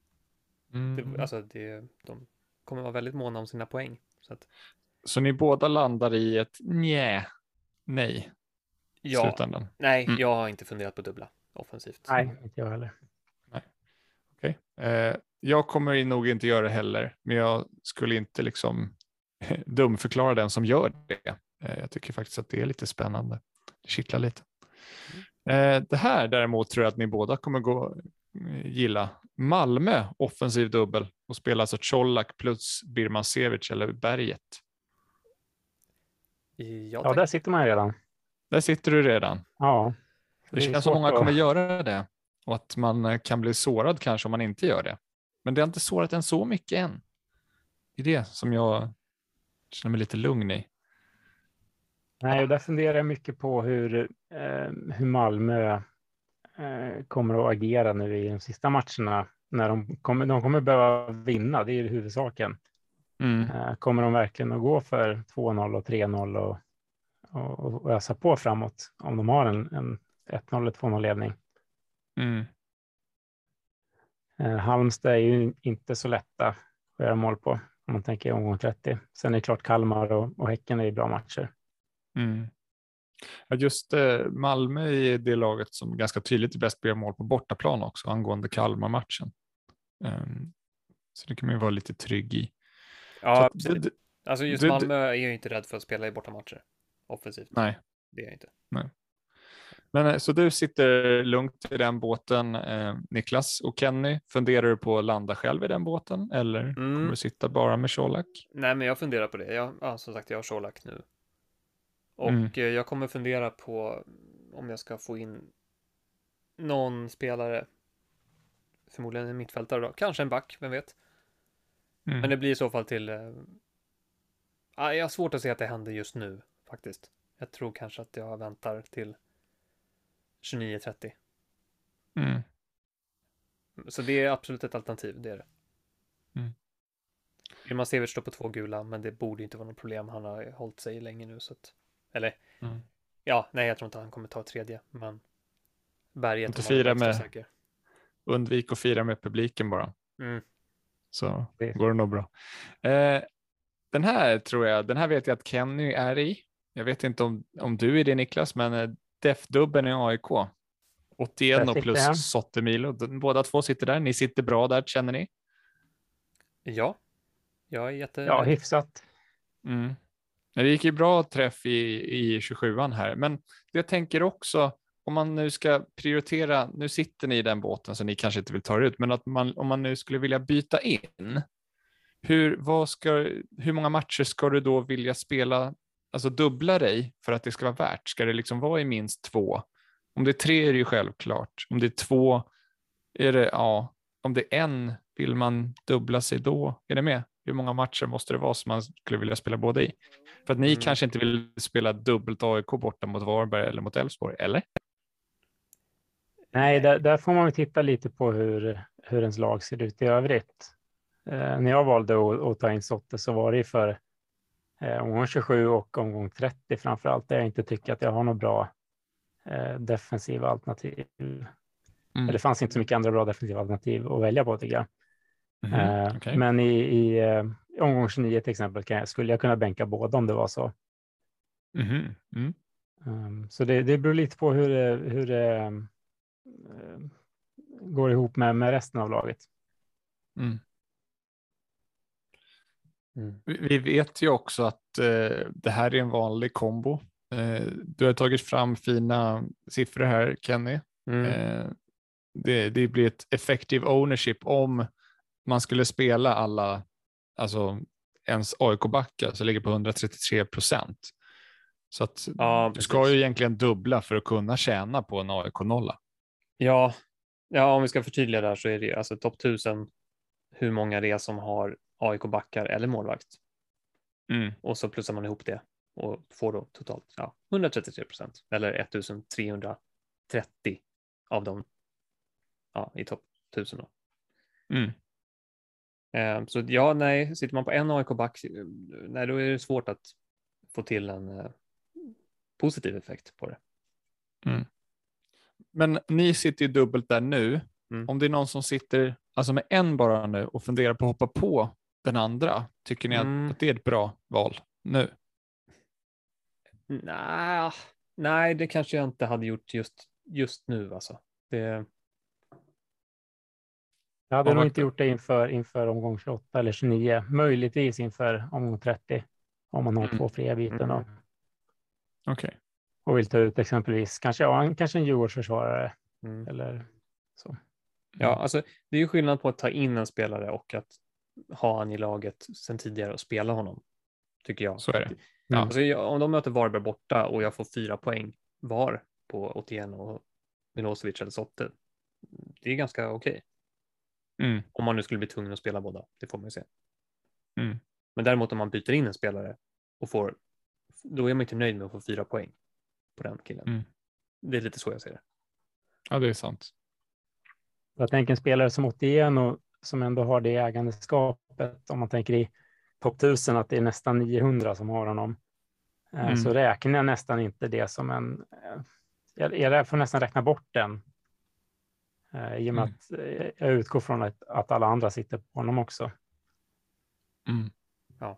De kommer vara väldigt måna om sina poäng. Så ni båda landar i ett nej? Ja, slutändan. Nej, jag har inte funderat på dubbla offensivt. Nej, inte jag heller. Nej. Okej. Jag kommer nog inte göra det heller, men jag skulle inte liksom dumförklara den som gör det. Jag tycker faktiskt att det är lite spännande. Det kittlar lite. Det här däremot tror jag att ni båda kommer gilla. Malmö offensiv dubbel och spela alltså Colak plus Birmancevic eller Berget. Ja, där sitter man redan. Där sitter du redan. Ja. Det känns som många kommer göra det. Och att man kan bli sårad kanske om man inte gör det. Men det har inte sårat en så mycket än. Det är det som jag känner mig lite lugn i. Nej, och där funderar jag mycket på hur Malmö kommer att agera nu i de sista matcherna. När de kommer behöva vinna, det är huvudsaken. Kommer de verkligen att gå för 2-0 och 3-0 och ösa på framåt om de har en 1-0 eller 2-0-ledning? Halmstad är ju inte så lätta att göra mål på om man tänker omgång 30. Sen är det klart Kalmar och Häcken är bra matcher. Ja, just Malmö är det laget som ganska tydligt är bäst på att göra mål på bortaplan också angående Kalmar-matchen. Så det kan man ju vara lite trygg i. Ja, alltså just Malmö är ju inte rädd för att spela i bortamatcher offensivt. Nej. Det är jag inte. Nej. Men så du sitter lugnt i den båten, Niklas och Kenny. Funderar du på att landa själv i den båten eller kommer du sitta bara med Colak? Nej, men jag funderar på det. Som sagt, jag har Colak nu. Och jag kommer fundera på om jag ska få in någon spelare, förmodligen en mittfältare då, kanske en back, vem vet. Men det blir i så fall till jag har svårt att se att det händer just nu faktiskt. Jag tror kanske att jag väntar till 29:30. Så det är absolut ett alternativ, det är det. Birmancevic står på 2 gula, men det borde inte vara något problem. Han har hållit sig länge nu så att, eller jag tror inte han kommer ta 3:e, men berget. Inte Om man fira är extra med, säker. undvik att fira med publiken bara. Mm. Så går det nog bra. Den här vet jag att Kenny är i. Jag vet inte om du är det, Niklas, men Def-dubben i AIK. 81 och plus Sottemilo. Båda två sitter där. Ni sitter bra där, känner ni? Ja, jag är Ja, hyfsat. Mm. Det gick ju bra träff i 27an här, men jag tänker också, om man nu ska prioritera, nu sitter ni i den båten så ni kanske inte vill ta det ut, men att om man nu skulle vilja byta in, hur många matcher ska du då vilja spela, alltså dubbla dig för att det ska vara värt? Ska det liksom vara i minst 2? Om det är 3 är det ju självklart. Om det är 2 är det, ja. Om det är 1 vill man dubbla sig då. Är det med? Hur många matcher måste det vara som man skulle vilja spela båda i? För att ni kanske inte vill spela dubbelt AIK borta mot Varberg eller mot Elfsborg, eller? Nej, där får man titta lite på hur ens lag ser ut i övrigt. När jag valde att ta in Sotte så var det för omgång 27 och omgång 30 framförallt, där jag inte tycker att jag har något bra defensiva alternativ. Eller det fanns inte så mycket andra bra defensiva alternativ att välja på, tycker jag. Okay. Men i omgång 29 till exempel skulle jag kunna bänka båda om det var så. Så det beror lite på hur det går ihop med resten av laget. Vi vet ju också att det här är en vanlig kombo. Du har tagit fram fina siffror här, Kenny. Det blir ett effective ownership om man skulle spela alla, alltså ens AIK-backar, så ligger på 133%. Så att du ska ju egentligen dubbla för att kunna tjäna på en AIK-nolla. Ja, om vi ska förtydliga där så är det alltså topp 1000 hur många det är som har AIK-backar eller målvakt. Och så plussar man ihop det och får då totalt 133% eller 1330 av dem i topp 1000 då. Så nej, sitter man på en AIK-back, nej, då är det svårt att få till en positiv effekt på det. Men ni sitter ju dubbelt där nu. Om det är någon som sitter alltså med en bara nu och funderar på att hoppa på den andra, tycker ni att det är ett bra val nu? Nej, det kanske jag inte hade gjort just nu. Alltså. Jag hade nog inte gjort det inför omgång 28 eller 29. Möjligtvis inför omgång 30. Om man har 2 fria byten då. Okej. Och vill ta ut exempelvis kanske en Djurgårdsförsvarare. Eller så. Ja, alltså det är ju skillnad på att ta in en spelare och att ha han i laget sedan tidigare och spela honom. Tycker jag. Så är det. Ja. Alltså, om de möter Varberg borta och jag får 4 poäng var på Otieno och Milosevic eller Sotte. Det är ganska okej. Om man nu skulle bli tvungen att spela båda. Det får man ju se. Men däremot om man byter in en spelare och då är man inte nöjd med att få 4 poäng på den killen. Det är lite så jag ser det. Ja, det är sant. Jag tänker en spelare som Otieno som ändå har det ägandeskapet, om man tänker i topp 1000 att det är nästan 900 som har honom. Så räknar jag nästan inte det som en... Jag får nästan räkna bort den. I och med att jag utgår från att alla andra sitter på honom också. Ja.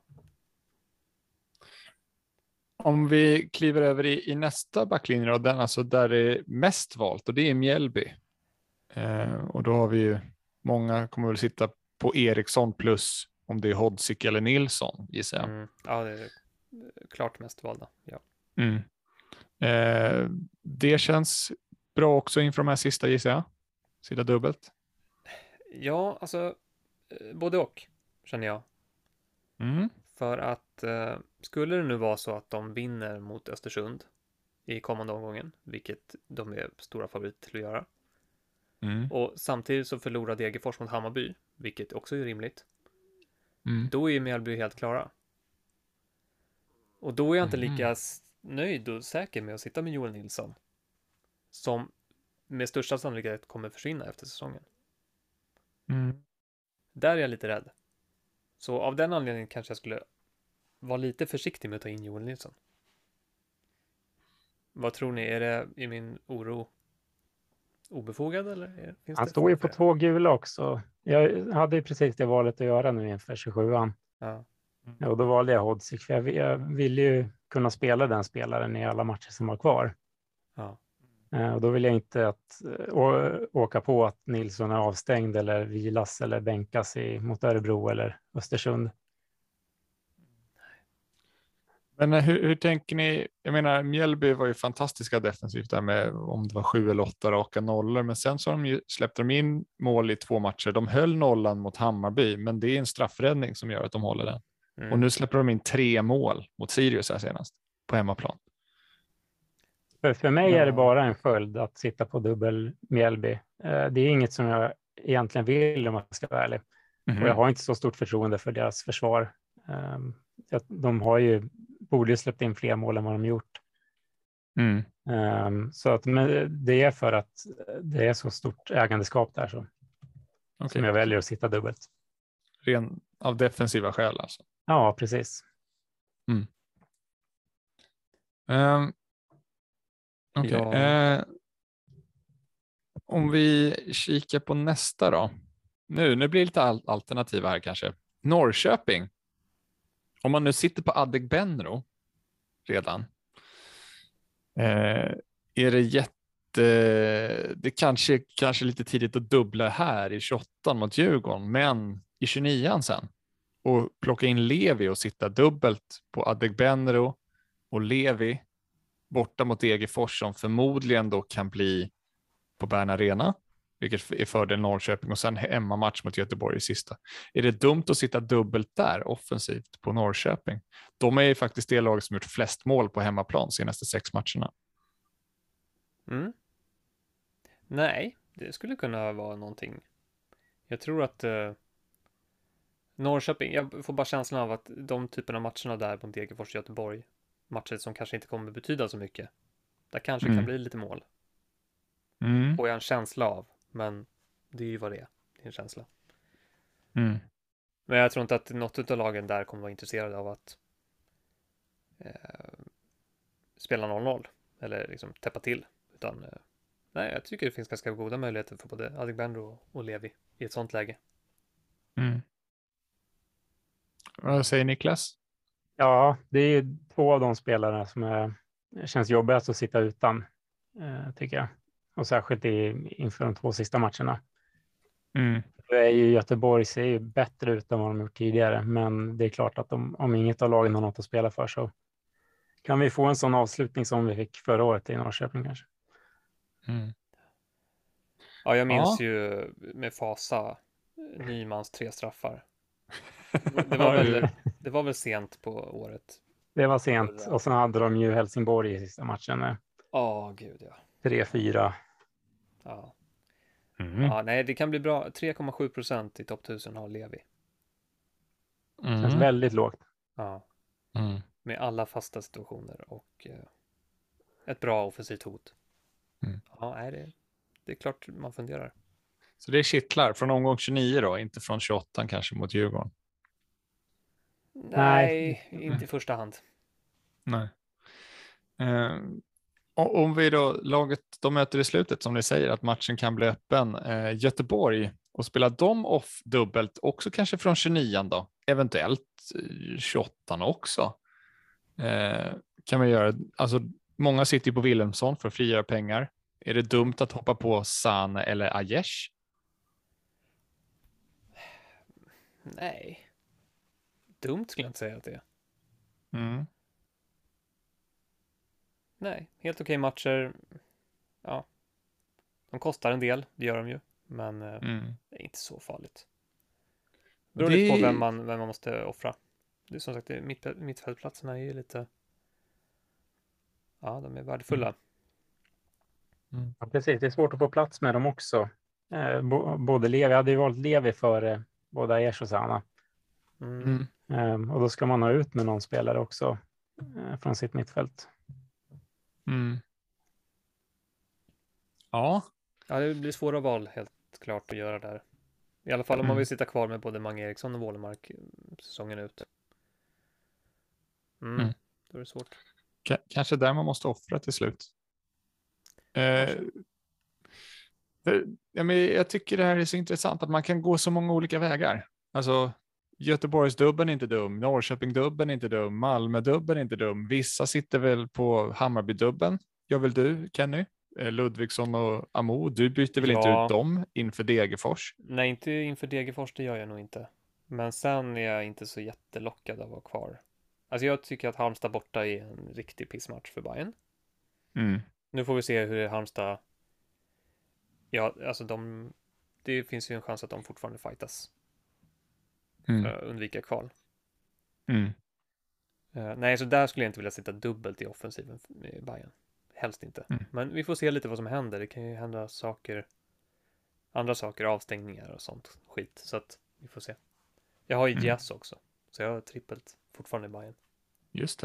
Om vi kliver över i nästa backlinje och den alltså där det är mest valt, och det är Mjällby. Och då har vi ju många kommer väl sitta på Eriksson plus om det är Hodzic eller Nilsson, gissar jag. Ja, det är klart mest valda. Ja. Det känns bra också inför de här sista, gissar jag. Sitta dubbelt. Ja, alltså både och känner jag. För att skulle det nu vara så att de vinner mot Östersund i kommande omgången, vilket de är stora favoriter till att göra. Och samtidigt så förlorar Degerfors mot Hammarby, vilket också är rimligt. Då är Mjällby helt klara. Och då är jag inte lika nöjd och säker med att sitta med Joel Nilsson, som med största sannolikhet kommer försvinna efter säsongen. Där är jag lite rädd. Så av den anledningen kanske jag skulle vara lite försiktig med att ta in Joel Nilsson. Vad tror ni? Är min oro obefogad eller? Han står ju på 2 gula också. Jag hade ju precis det valet att göra nu inför 27an. Ja. Och då valde jag Hodzic, för jag ville ju kunna spela den spelaren i alla matcher som var kvar. Ja. Och då vill jag inte åka på att Nilsson är avstängd eller vilas eller bänkas mot Örebro eller Östersund. Men hur tänker ni? Jag menar, Mjällby var ju fantastiska defensivt där med om det var 7 eller 8 raka nollor, men sen så släppte de in mål i 2 matcher. De höll nollan mot Hammarby, men det är en straffräddning som gör att de håller den. Och nu släpper de in 3 mål mot Sirius här senast på hemmaplan. För mig är det bara en följd att sitta på dubbel Mjällby. Det är inget som jag egentligen vill, om man ska vara ärlig. Och jag har inte så stort förtroende för deras försvar. De borde ju släppt in fler mål än vad de gjort. Så att, men det är för att det är så stort ägandeskap där som jag väljer att sitta dubbelt. Ren av defensiva skäl alltså? Ja, precis. Om vi kikar på nästa då. Nu blir det lite alternativa här kanske. Norrköping. Om man nu sitter på Adegbenro redan. Är det det kanske lite tidigt att dubbla här i 28 mot Djurgården, men i 29 sen och plocka in Levi och sitta dubbelt på Adegbenro och Levi borta mot Degerfors som förmodligen då kan bli på Bern Arena, vilket är fördel Norrköping, och sen hemmamatch mot Göteborg i sista. Är det dumt att sitta dubbelt där offensivt på Norrköping? De är ju faktiskt det lag som gjort flest mål på hemmaplan senaste 6 matcherna. Nej, det skulle kunna vara någonting. Jag tror att Norrköping, jag får bara känslan av att de typerna av matcherna där mot Degerfors och Göteborg, matcher som kanske inte kommer betyda så mycket, där kanske kan bli lite mål. Får jag en känsla av, men det är ju vad det är. Det är en känsla. Men jag tror inte att något av lagen där kommer vara intresserade av att spela 0-0 eller liksom täppa till, utan nej, jag tycker det finns ganska goda möjligheter för både Adegbenro och Levi i ett sånt läge. Vad säger Niklas? Ja, det är ju 2 av de spelarna som känns jobbigast att sitta utan, tycker jag. Och särskilt inför de 2 sista matcherna. Det är ju Göteborg ser ju bättre ut än vad de gjort tidigare, men det är klart att om inget av lagen har något att spela för, så kan vi få en sån avslutning som vi fick förra året i Norrköping kanske. Ja, jag minns ju med fasa Nymans 3 straffar. Det var väl sent på året. Det var sent, och sen hade de ju Helsingborg i sista matchen. Gud ja. 3-4. Ja. Ja, nej, det kan bli bra. 3,7% i topp 1000 har Levi. Känns väldigt lågt. Ja. Med alla fasta situationer och ett bra offensivt hot. Ja, nej, det är klart man funderar. Så det är kittlar från omgång 29 då, inte från 28 kanske mot Djurgården? Nej, inte i första hand. Nej. Om vi då, laget de möter i slutet, som ni säger, att matchen kan bli öppen. Göteborg, och spelar de off dubbelt också kanske från 29 då, eventuellt 28 också. Kan man göra, alltså många sitter ju på Wilhelmsson för att frigöra pengar. Är det dumt att hoppa på Sane eller Aiesh? Nej. Dumt skulle jag inte säga att det är. Nej, helt okej matcher. Ja. De kostar en del, det gör de ju. Men det är inte så farligt. Det beror lite på vem man måste offra. Det är som sagt, mittfältplatserna är ju lite... Ja, de är värdefulla. Ja, precis, det är svårt att få plats med dem också. Både Levi, jag hade ju valt Levi före både Aiesh och Sana. Och då ska man ha ut med någon spelare också från sitt mittfält. Ja, det blir svåra val helt klart att göra där. I alla fall om man vill sitta kvar med både Mange Eriksson och Wålemark säsongen ut. Då är det svårt. Kanske där man måste offra till slut. Jag tycker det här är så intressant att man kan gå så många olika vägar. Alltså Göteborgsdubben är inte dum, Norrköping-dubben är inte dum, Malmö-dubben är inte dum. Vissa sitter väl på Hammarby-dubben. Gör väl du, Kenny? Ludvigsson och Amo, du byter väl inte ut dem inför Degerfors? Nej, inte inför Degerfors, det gör jag nog inte. Men sen är jag inte så jättelockad av att vara kvar. Alltså jag tycker att Halmstad borta är en riktig pissmatch för Bayern. Nu får vi se hur Halmstad... Ja, alltså det finns ju en chans att de fortfarande fightas. För att undvika kval. Nej, så där skulle jag inte vilja sitta dubbelt i offensiven med Bayern. Helst inte. Men vi får se lite vad som händer. Det kan ju hända andra saker, avstängningar och sånt skit. Så att vi får se. Jag har ju Jazz också. Så jag har trippelt fortfarande i Bayern. Just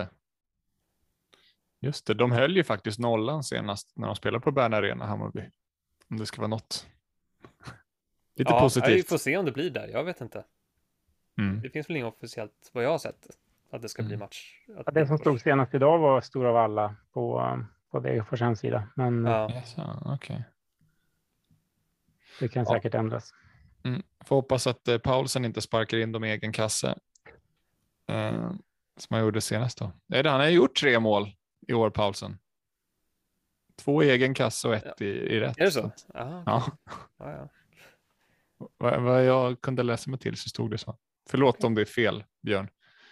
det. De höll ju faktiskt nollan senast när de spelade på Bern Arena, Hammarby. Om det ska vara något. Lite positivt. Vi får se om det blir där. Jag vet inte. Det finns väl inget officiellt vad jag har sett att det ska bli match. Det som stod senast idag var stor av alla på Degerfors hemsida. Men okay. Det kan säkert ändras. Får hoppas att Paulsen inte sparkar in dem i egen kasse. Som han gjorde senast då. Han har gjort 3 mål i år, Paulsen. 2 i egen kasse och 1 i rätt. Är det så? Ja. Vad jag kunde läsa mig till så stod det så. Förlåt om det är fel, Björn.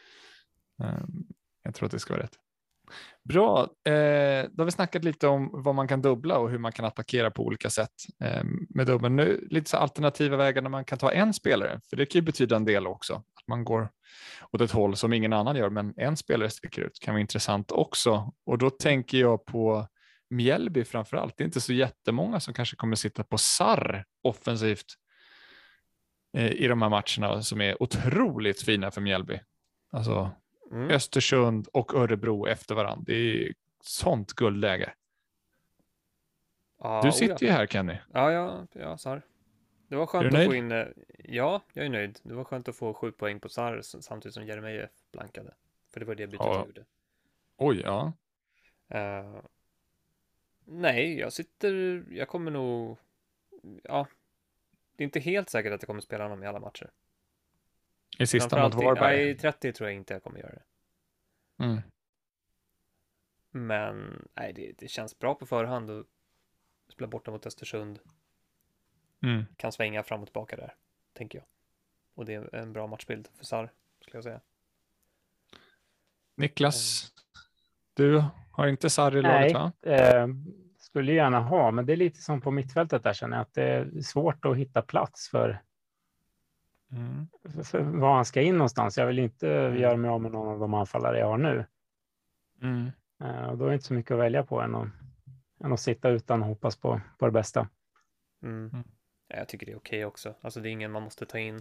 Jag tror att det ska vara rätt. Bra, då har vi snackat lite om vad man kan dubbla och hur man kan attackera på olika sätt med dubbeln. Nu lite så alternativa vägar när man kan ta en spelare, för det kan ju betyda en del också. Att man går åt ett håll som ingen annan gör, men en spelare sticker ut kan vara intressant också. Och då tänker jag på Mjällby framförallt. Det är inte så jättemånga som kanske kommer sitta på Sarr offensivt i de här matcherna som är otroligt fina för Mjällby. Alltså Östersund och Örebro efter varandra. Det är sånt guldläge. Du sitter ju här, Kenny. Ja, Sarr. Det var skönt att få in... Ja, jag är nöjd. Det var skönt att få 7 poäng på Sarr samtidigt som Jeremejeff blankade. För det var det bytet jag gjorde. Oj, ja. Nej, jag kommer nog... Ja, det är inte helt säkert att jag kommer spela honom i alla matcher. I sista mot Varberg? I 30 tror jag inte jag kommer göra det. Men nej, det känns bra på förhand att spela borta mot Östersund. Kan svänga fram och tillbaka där, tänker jag. Och det är en bra matchbild för Sarr, skulle jag säga. Niklas, du har inte Sarr i laget, va? Skulle gärna ha, men det är lite som på mittfältet där, känner jag att det är svårt att hitta plats för var han ska in någonstans. Jag vill inte göra mig av med någon av de anfallare jag har nu. Och då är det inte så mycket att välja på än att sitta utan och hoppas på det bästa. Jag tycker det är okej också. Alltså det är ingen man måste ta in.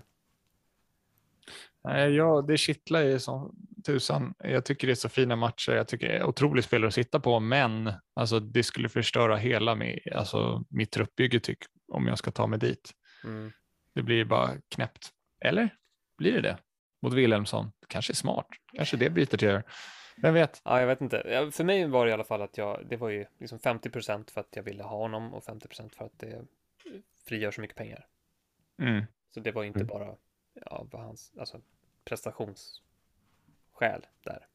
Nej, det kittlar ju som tusan. Jag tycker det är så fina matcher. Jag tycker det är otroligt spelare att sitta på, men alltså, det skulle förstöra hela mitt truppbygge om jag ska ta mig dit. Det blir bara knäppt. Eller? Blir det? Mot Wilhelmsson. Kanske är smart. Kanske det byter till. Vem vet? Ja, jag vet inte. För mig var det i alla fall att det var ju liksom 50% för att jag ville ha honom och 50% för att det frigör så mycket pengar. Så det var ju inte bara vad hans prestationsskäl där.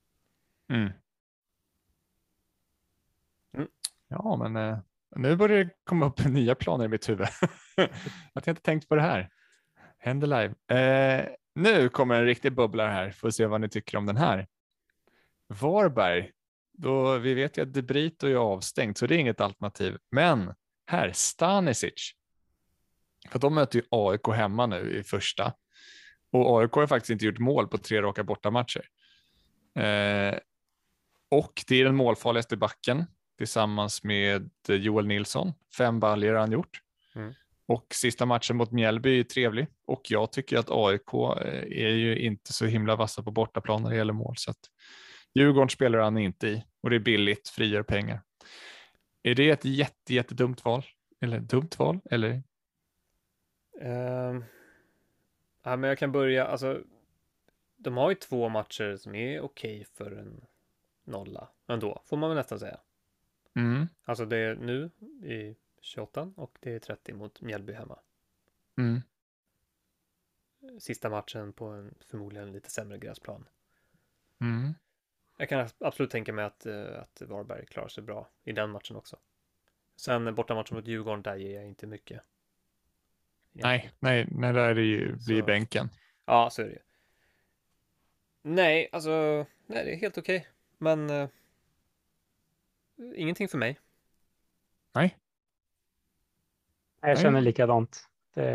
Ja, men nu börjar det komma upp nya planer i mitt huvud. Att jag inte tänkt på det här. Händer live. Nu kommer en riktig bubblare här. Får se vad ni tycker om den här. Varberg. Vi vet ju att De Brito är avstängt, så det är inget alternativ. Men här, Stanisic. För de möter ju AIK hemma nu i första. Och AIK har faktiskt inte gjort mål på 3 raka bortamatcher. Och det är den målfarligaste backen tillsammans med Joel Nilsson. 5 baljor har han gjort. Och sista matchen mot Mjällby är trevlig. Och jag tycker att AIK är ju inte så himla vassa på bortaplan när det gäller mål. Så att Djurgården spelar han inte i. Och det är billigt, frigör pengar. Är det ett jättedumt val? Eller dumt val? Eller? Ja, men jag kan börja. Alltså, de har ju 2 matcher som är okej för en 0 ändå, får man väl nästan säga. Alltså det är nu i 28 och det är 30 mot Mjällby hemma. Mm. Sista matchen på en förmodligen lite sämre gräsplan. Mm. Jag kan absolut tänka mig att Varberg klarar sig bra i den matchen också. Sen bortamatchen mot Djurgården, där ger jag inte mycket. Nej, där är det ju, blir bänken. Ja, så är det ju. Nej, det är helt okej. Men ingenting för mig. Nej. Jag känner likadant.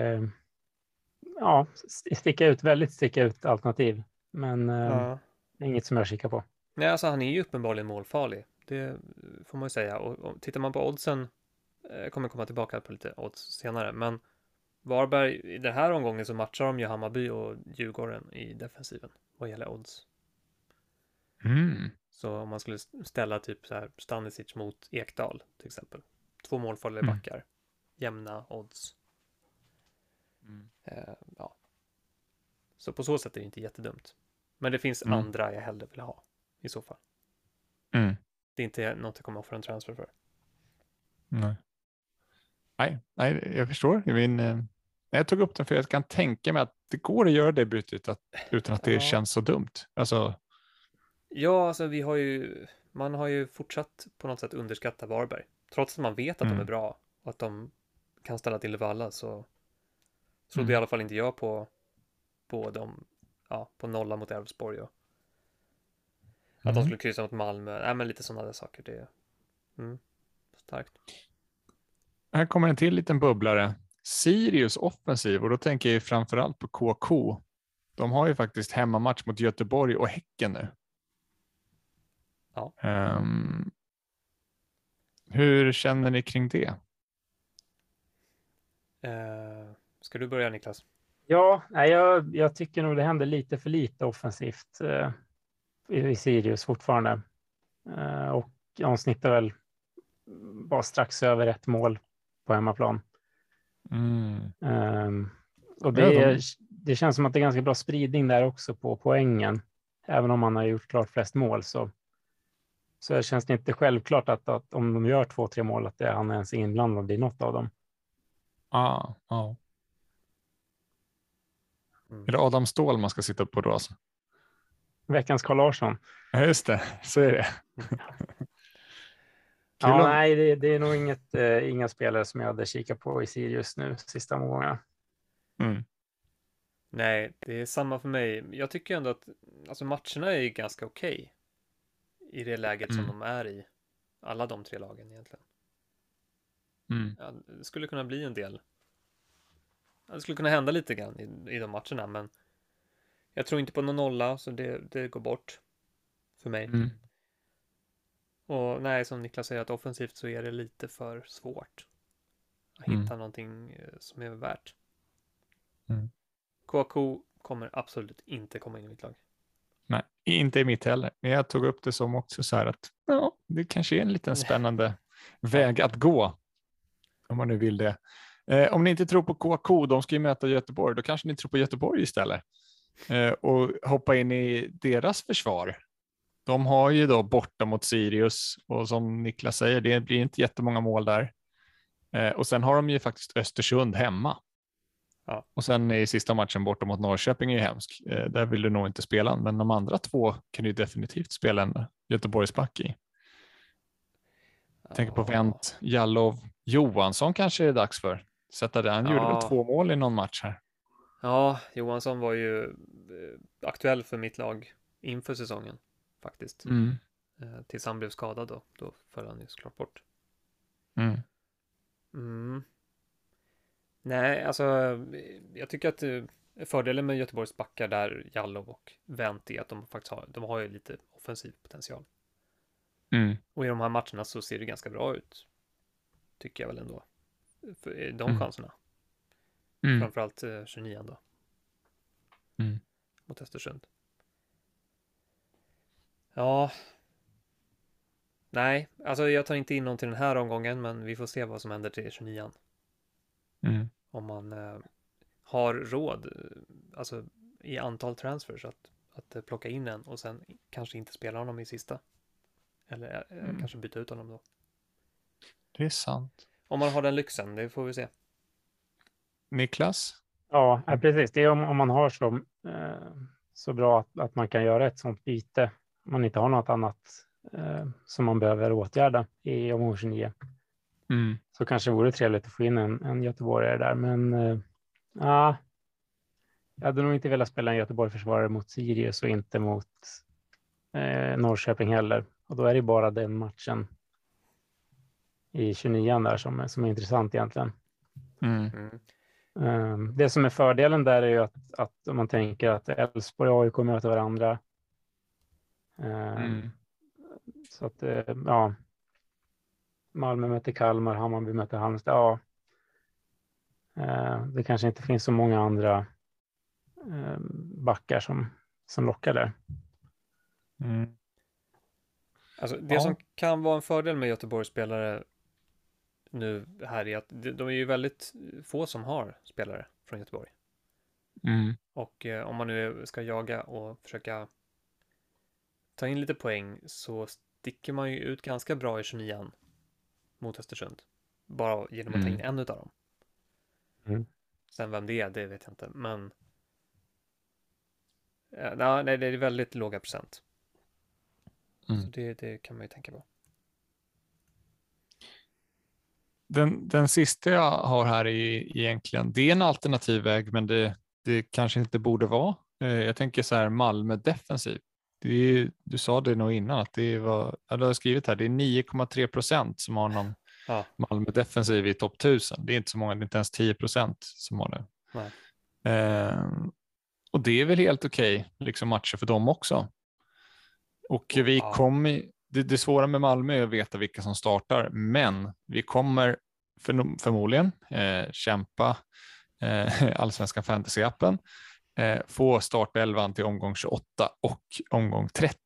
Väldigt sticka ut alternativ. Men inget som jag kikar på. Nej, alltså han är ju uppenbarligen målfarlig. Det får man ju säga. Och tittar man på oddsen, kommer komma tillbaka på lite odds senare. Men Varberg, i den här omgången så matchar de ju Hammarby och Djurgården i defensiven vad gäller odds. Mm. Så om man skulle ställa typ så här Stanisic mot Ekdal till exempel. 2 målfarliga backar. Jämna odds. Ja. Så på så sätt är det inte jättedumt. Men det finns andra jag hellre vill ha i så fall. Mm. Det är inte något jag kommer offra en transfer för. Nej, jag förstår. Jag tog upp den för jag kan tänka mig att det går att göra det bytet utan att det känns så dumt. Alltså... Ja, alltså man har ju fortsatt på något sätt underskatta Varberg. Trots att man vet att de är bra och att de kan ställa till det för alla, så trodde i alla fall inte jag på dem, på nolla mot Elfsborg och att de skulle kryssa mot Malmö. Nej, men lite sådana där saker. Det är starkt. Här kommer en till liten bubblare. Sirius offensiv, och då tänker jag framförallt på KK. De har ju faktiskt hemmamatch mot Göteborg och Häcken nu. Ja. Hur känner ni kring det? Ska du börja, Niklas? Ja, jag tycker nog det händer lite för lite offensivt i Sirius fortfarande. Och de snittar väl bara strax över 1 mål på hemmaplan. Och det känns som att det är ganska bra spridning där också på poängen. Även om man har gjort klart flest mål så känns det inte självklart att om de gör 2-3 mål att han ens är inblandad i något av dem. Är det Adam Ståhl man ska sitta på då alltså? Veckans Carl Larsson. Ja, just det. Så är det. Nej, det är nog inga spelare som jag hade kikat på i Sirius nu sista omgången. Nej, det är samma för mig. Jag tycker ändå att matcherna är ganska okej i det läget som de är i. Alla de 3 lagen egentligen. Ja, det skulle kunna bli en del. Det skulle kunna hända lite grann i de matcherna, men jag tror inte på någon nolla, så det går bort för mig. Och nej, som Niklas säger, att offensivt så är det lite för svårt att hitta någonting som är värt. KK kommer absolut inte komma in i mitt lag. Nej, inte i mitt heller. Men jag tog upp det som också så här att det kanske är en liten spännande väg att gå. Om man nu vill det. Om ni inte tror på KK, de ska ju möta Göteborg, då kanske ni tror på Göteborg istället. Och hoppa in i deras försvar. De har ju då borta mot Sirius och som Niklas säger, det blir inte jättemånga mål där. Och sen har de ju faktiskt Östersund hemma. Ja. Och sen i sista matchen borta mot Norrköping är ju hemsk. Där vill du nog inte spela, men de andra 2 kan du definitivt spela en Göteborgsback i. Tänker på Wendt, Jallov, Johansson kanske är det dags för. Sätta det. Han gjorde väl 2 mål i någon match här. Ja, Johansson var ju aktuell för mitt lag inför säsongen faktiskt. Tills han blev skadad då föll han ju såklart bort. Nej, alltså jag tycker att fördelen med Göteborgs backar där, Jallov och Wendt, är att de faktiskt har ju lite offensiv potential. Och i de här matcherna så ser det ganska bra ut. Tycker jag väl ändå. För de chanserna. Framförallt 29 då. Mot Östersund. Ja. Nej, alltså jag tar inte in någon till den här omgången, men vi får se vad som händer till 29. Om man har råd, alltså i antal transfers att plocka in en och sen kanske inte spela honom i sista. Eller kanske byta ut honom då. Det är sant. Om man har den lyxen, det får vi se. Niklas? Ja, precis. Det är om man har så bra att man kan göra ett sånt byte. Om man inte har något annat som man behöver åtgärda i omgång 29. Så kanske det vore trevligt att få in en göteborgare där. Men jag hade nog inte velat spela en Göteborg-försvarare mot Sirius och inte mot Norrköping heller. Och då är det bara den matchen i 29 där som är intressant egentligen. Det som är fördelen där är ju att om man tänker att Elfsborg och AIK möter varandra. Så att Malmö möter Kalmar, Hammarby möter Halmstad. Det kanske inte finns så många andra backar som lockar där. Alltså det som kan vara en fördel med Göteborgs spelare nu här är att de är ju väldigt få som har spelare från Göteborg. Och om man nu ska jaga och försöka ta in lite poäng så sticker man ju ut ganska bra i 29an mot Östersund. Bara genom att ta in en utav dem. Sen vem det vet jag inte. Men nej, det är väldigt låga procent. Så det kan man ju tänka på. Den sista jag har här är egentligen, det är en alternativ väg, men det kanske inte borde vara. Jag tänker så här, Malmö defensiv. Du sa det nog innan att det var, jag har skrivit här, det är 9,3% som har någon Malmö defensiv i topp 1000. Det är inte så många, det är inte ens 10% som har det. Och det är väl helt okej, liksom matcher för dem också. Och vi kommer, det svåra med Malmö är att veta vilka som startar, men vi kommer förmodligen kämpa allsvenska fantasy-appen, få startelvan till omgång 28 och omgång 30.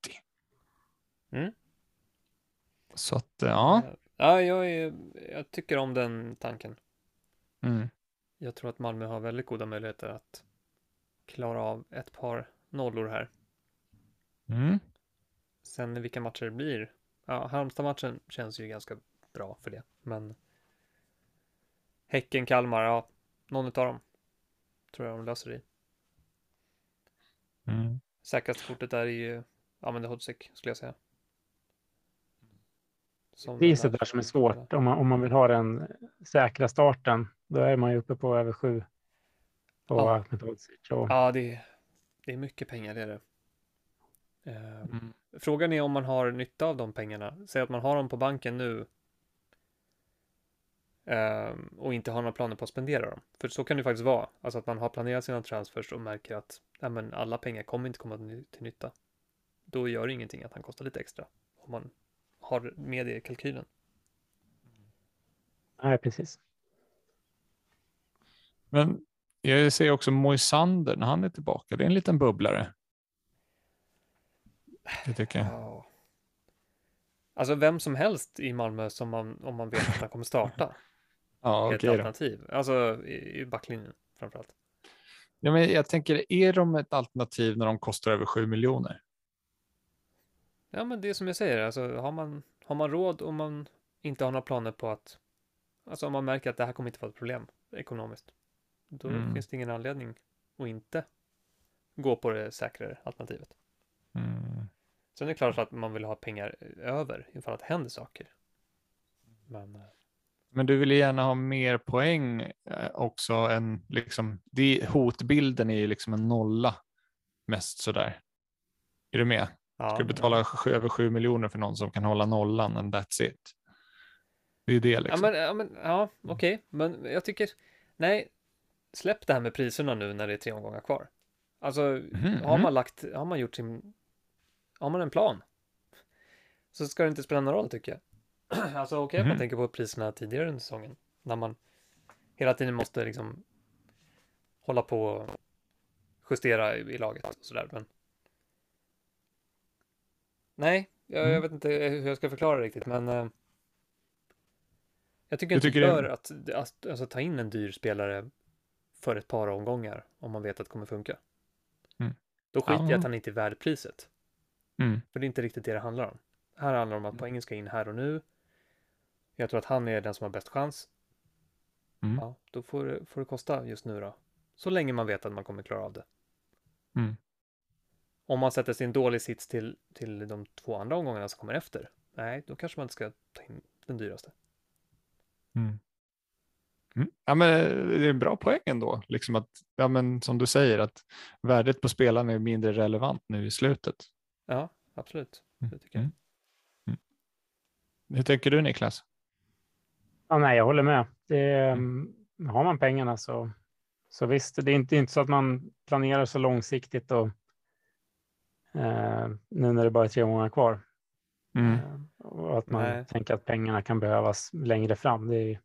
Så att, jag tycker om den tanken. Jag tror att Malmö har väldigt goda möjligheter att klara av ett par nollor här. Sen vilka matcher det blir. Halmstad-matchen känns ju ganska bra för det. Men Häcken, Kalmar, någon av dem tror jag de löser det i. Säkraste kortet där är ju det Hodzic, skulle jag säga. Priset där som är svårt. Om man vill ha den säkra starten, då är man ju uppe på över 7 på Ahmed Hodzic. Ja, det är mycket pengar, det är det. Frågan är om man har nytta av de pengarna. Säg att man har dem på banken nu och inte har några planer på att spendera dem. För så kan det faktiskt vara. Alltså att man har planerat sina transfers och märker att alla pengar kommer inte komma till nytta. Då gör det ingenting att han kostar lite extra. Om man har med det i kalkylen. Nej, precis. Men jag ser också Moisander när han är tillbaka. Det är en liten bubblare. Det tycker jag. Alltså vem som helst i Malmö som om man vet att han kommer starta. Ett alternativ. Alltså i backlinjen framförallt. Ja, men jag tänker, är de ett alternativ när de kostar över 7 miljoner? Ja, men det är som jag säger. Alltså har man råd och man inte har några planer på att, alltså om man märker att det här kommer inte vara ett problem ekonomiskt, då finns det ingen anledning att inte gå på det säkrare alternativet. Sen är det klart att man vill ha pengar över ifall att det händer saker. Men du vill gärna ha mer poäng också än liksom, hotbilden är ju liksom en nolla mest sådär. Är du med? Ska du betala över 7 miljoner för någon som kan hålla nollan and that's it? Det är det liksom. Okej. Men jag tycker, nej, släpp det här med priserna nu när det är 3 omgångar kvar. Alltså, har man en plan så ska det inte spela någon roll, tycker jag. Alltså att man tänker på priserna tidigare under säsongen när man hela tiden måste liksom hålla på och justera i laget och sådär, men nej, jag vet inte hur jag ska förklara det riktigt, men jag tycker inte det gör att ta in en dyr spelare för ett par omgångar om man vet att det kommer funka. Då skiter jag att han inte är värd priset. För det är inte riktigt det handlar om. Här handlar det om att poängen ska in här och nu. Jag tror att han är den som har bäst chans. Mm. Ja, då får det kosta just nu då. Så länge man vet att man kommer klara av det. Mm. Om man sätter sin dålig sits till de 2 andra omgångarna som kommer efter. Nej, då kanske man inte ska ta in den dyraste. Mm. Mm. Ja, men det är en bra poäng ändå. Liksom att, ja, men som du säger, att värdet på spelarna är mindre relevant nu i slutet. Ja, absolut. Det tycker jag. Mm. Mm. Hur tänker du, Niklas? Ja, nej, jag håller med. Har man pengarna så visst, det är inte så att man planerar så långsiktigt och nu när det bara är 3 månader kvar. Mm. Och att man Nej. tänker att pengarna kan behövas längre fram.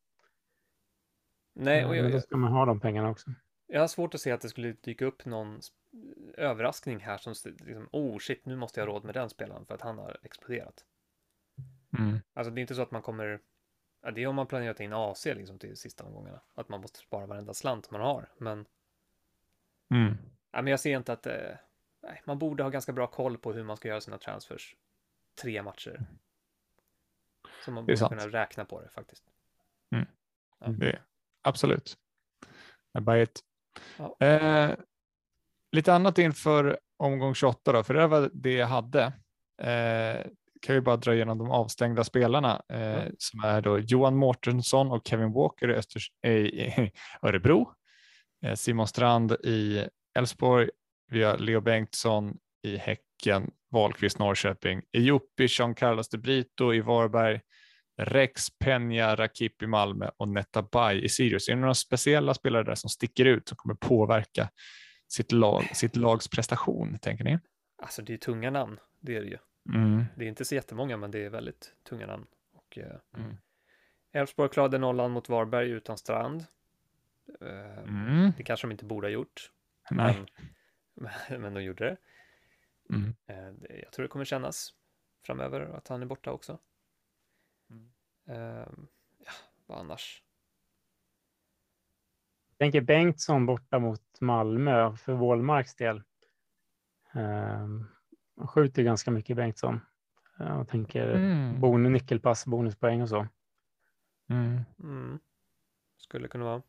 Nej, och men då ska man ha de pengarna också. jag har svårt att se att det skulle dyka upp någon överraskning här som liksom, oh shit, nu måste jag ha råd med den spelaren för att han har exploderat. Mm. Alltså det är inte så att man kommer, ja, det är om man planerar att ta in AC liksom till sista omgångarna, att man måste spara varenda slant man har, men ja, men jag ser inte att nej, man borde ha ganska bra koll på hur man ska göra sina transfers 3 matcher. Så man borde kunna räkna på det faktiskt. Mm. Ja. Det, absolut. I buy it. Ja. Lite annat inför omgång 28 då, för det var det jag hade. Kan vi bara dra igenom de avstängda spelarna som är då Johan Mårtensson och Kevin Walker i Örebro. Simon Strand i Elfsborg. Vi har Leo Bengtsson i Häcken, Wahlqvist Norrköping, Ejupi, Jean Carlos de Brito i Varberg, Rex Peña, Rakip i Malmö och Netabay i Sirius. Är det några speciella spelare där som sticker ut som kommer påverka sitt lags prestation, tänker ni? Alltså det är tunga namn, det är det ju. Det är inte så jättemånga, men det är väldigt tunga namn. Och Elfsborg klarade nollan mot Varberg utan Strand. Det kanske de inte borde ha gjort. Nej. Men de gjorde det. Jag tror det kommer kännas framöver att han är borta också. Ja, vad annars? Jag tänker Bengtsson borta mot Malmö för Wålmarks del. Man skjuter ganska mycket Bengtsson. Jag tänker nyckelpass, bonuspoäng och så. Skulle kunna vara.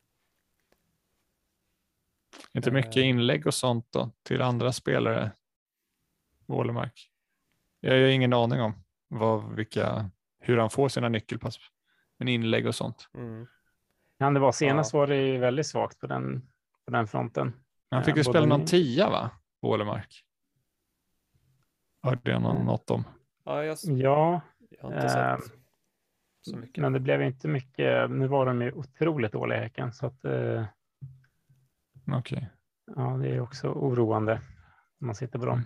Inte mycket inlägg och sånt då till andra spelare. Wålemark. Jag har ingen aning om hur han får sina nyckelpass. Men inlägg och sånt. Kan det vara senast var det väldigt svagt på den fronten. Han fick ju spela någon 10, va? Wålemark. Hörde jag något om? Ja, jag har inte sett så mycket. Men det blev inte mycket. Nu var de ju otroligt dåliga i Häcken. Så att, okej. Ja, det är också oroande när man sitter på dem.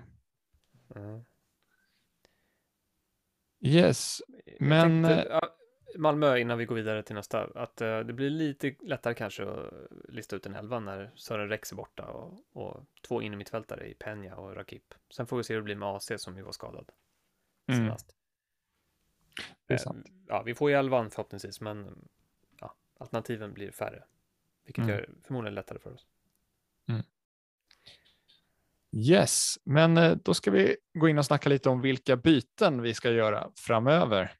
Yes, men... Malmö, innan vi går vidare till nästa, att det blir lite lättare kanske att lista ut en 11 när Sören Rex är borta och 2 in i mittfältare i Peña och Rakip. Sen får vi se hur det blir med AC som ju var skadad senast. Det är sant. Ja, vi får ju 11 förhoppningsvis, men ja, alternativen blir färre, vilket gör förmodligen lättare för oss. Yes, men då ska vi gå in och snacka lite om vilka byten vi ska göra framöver.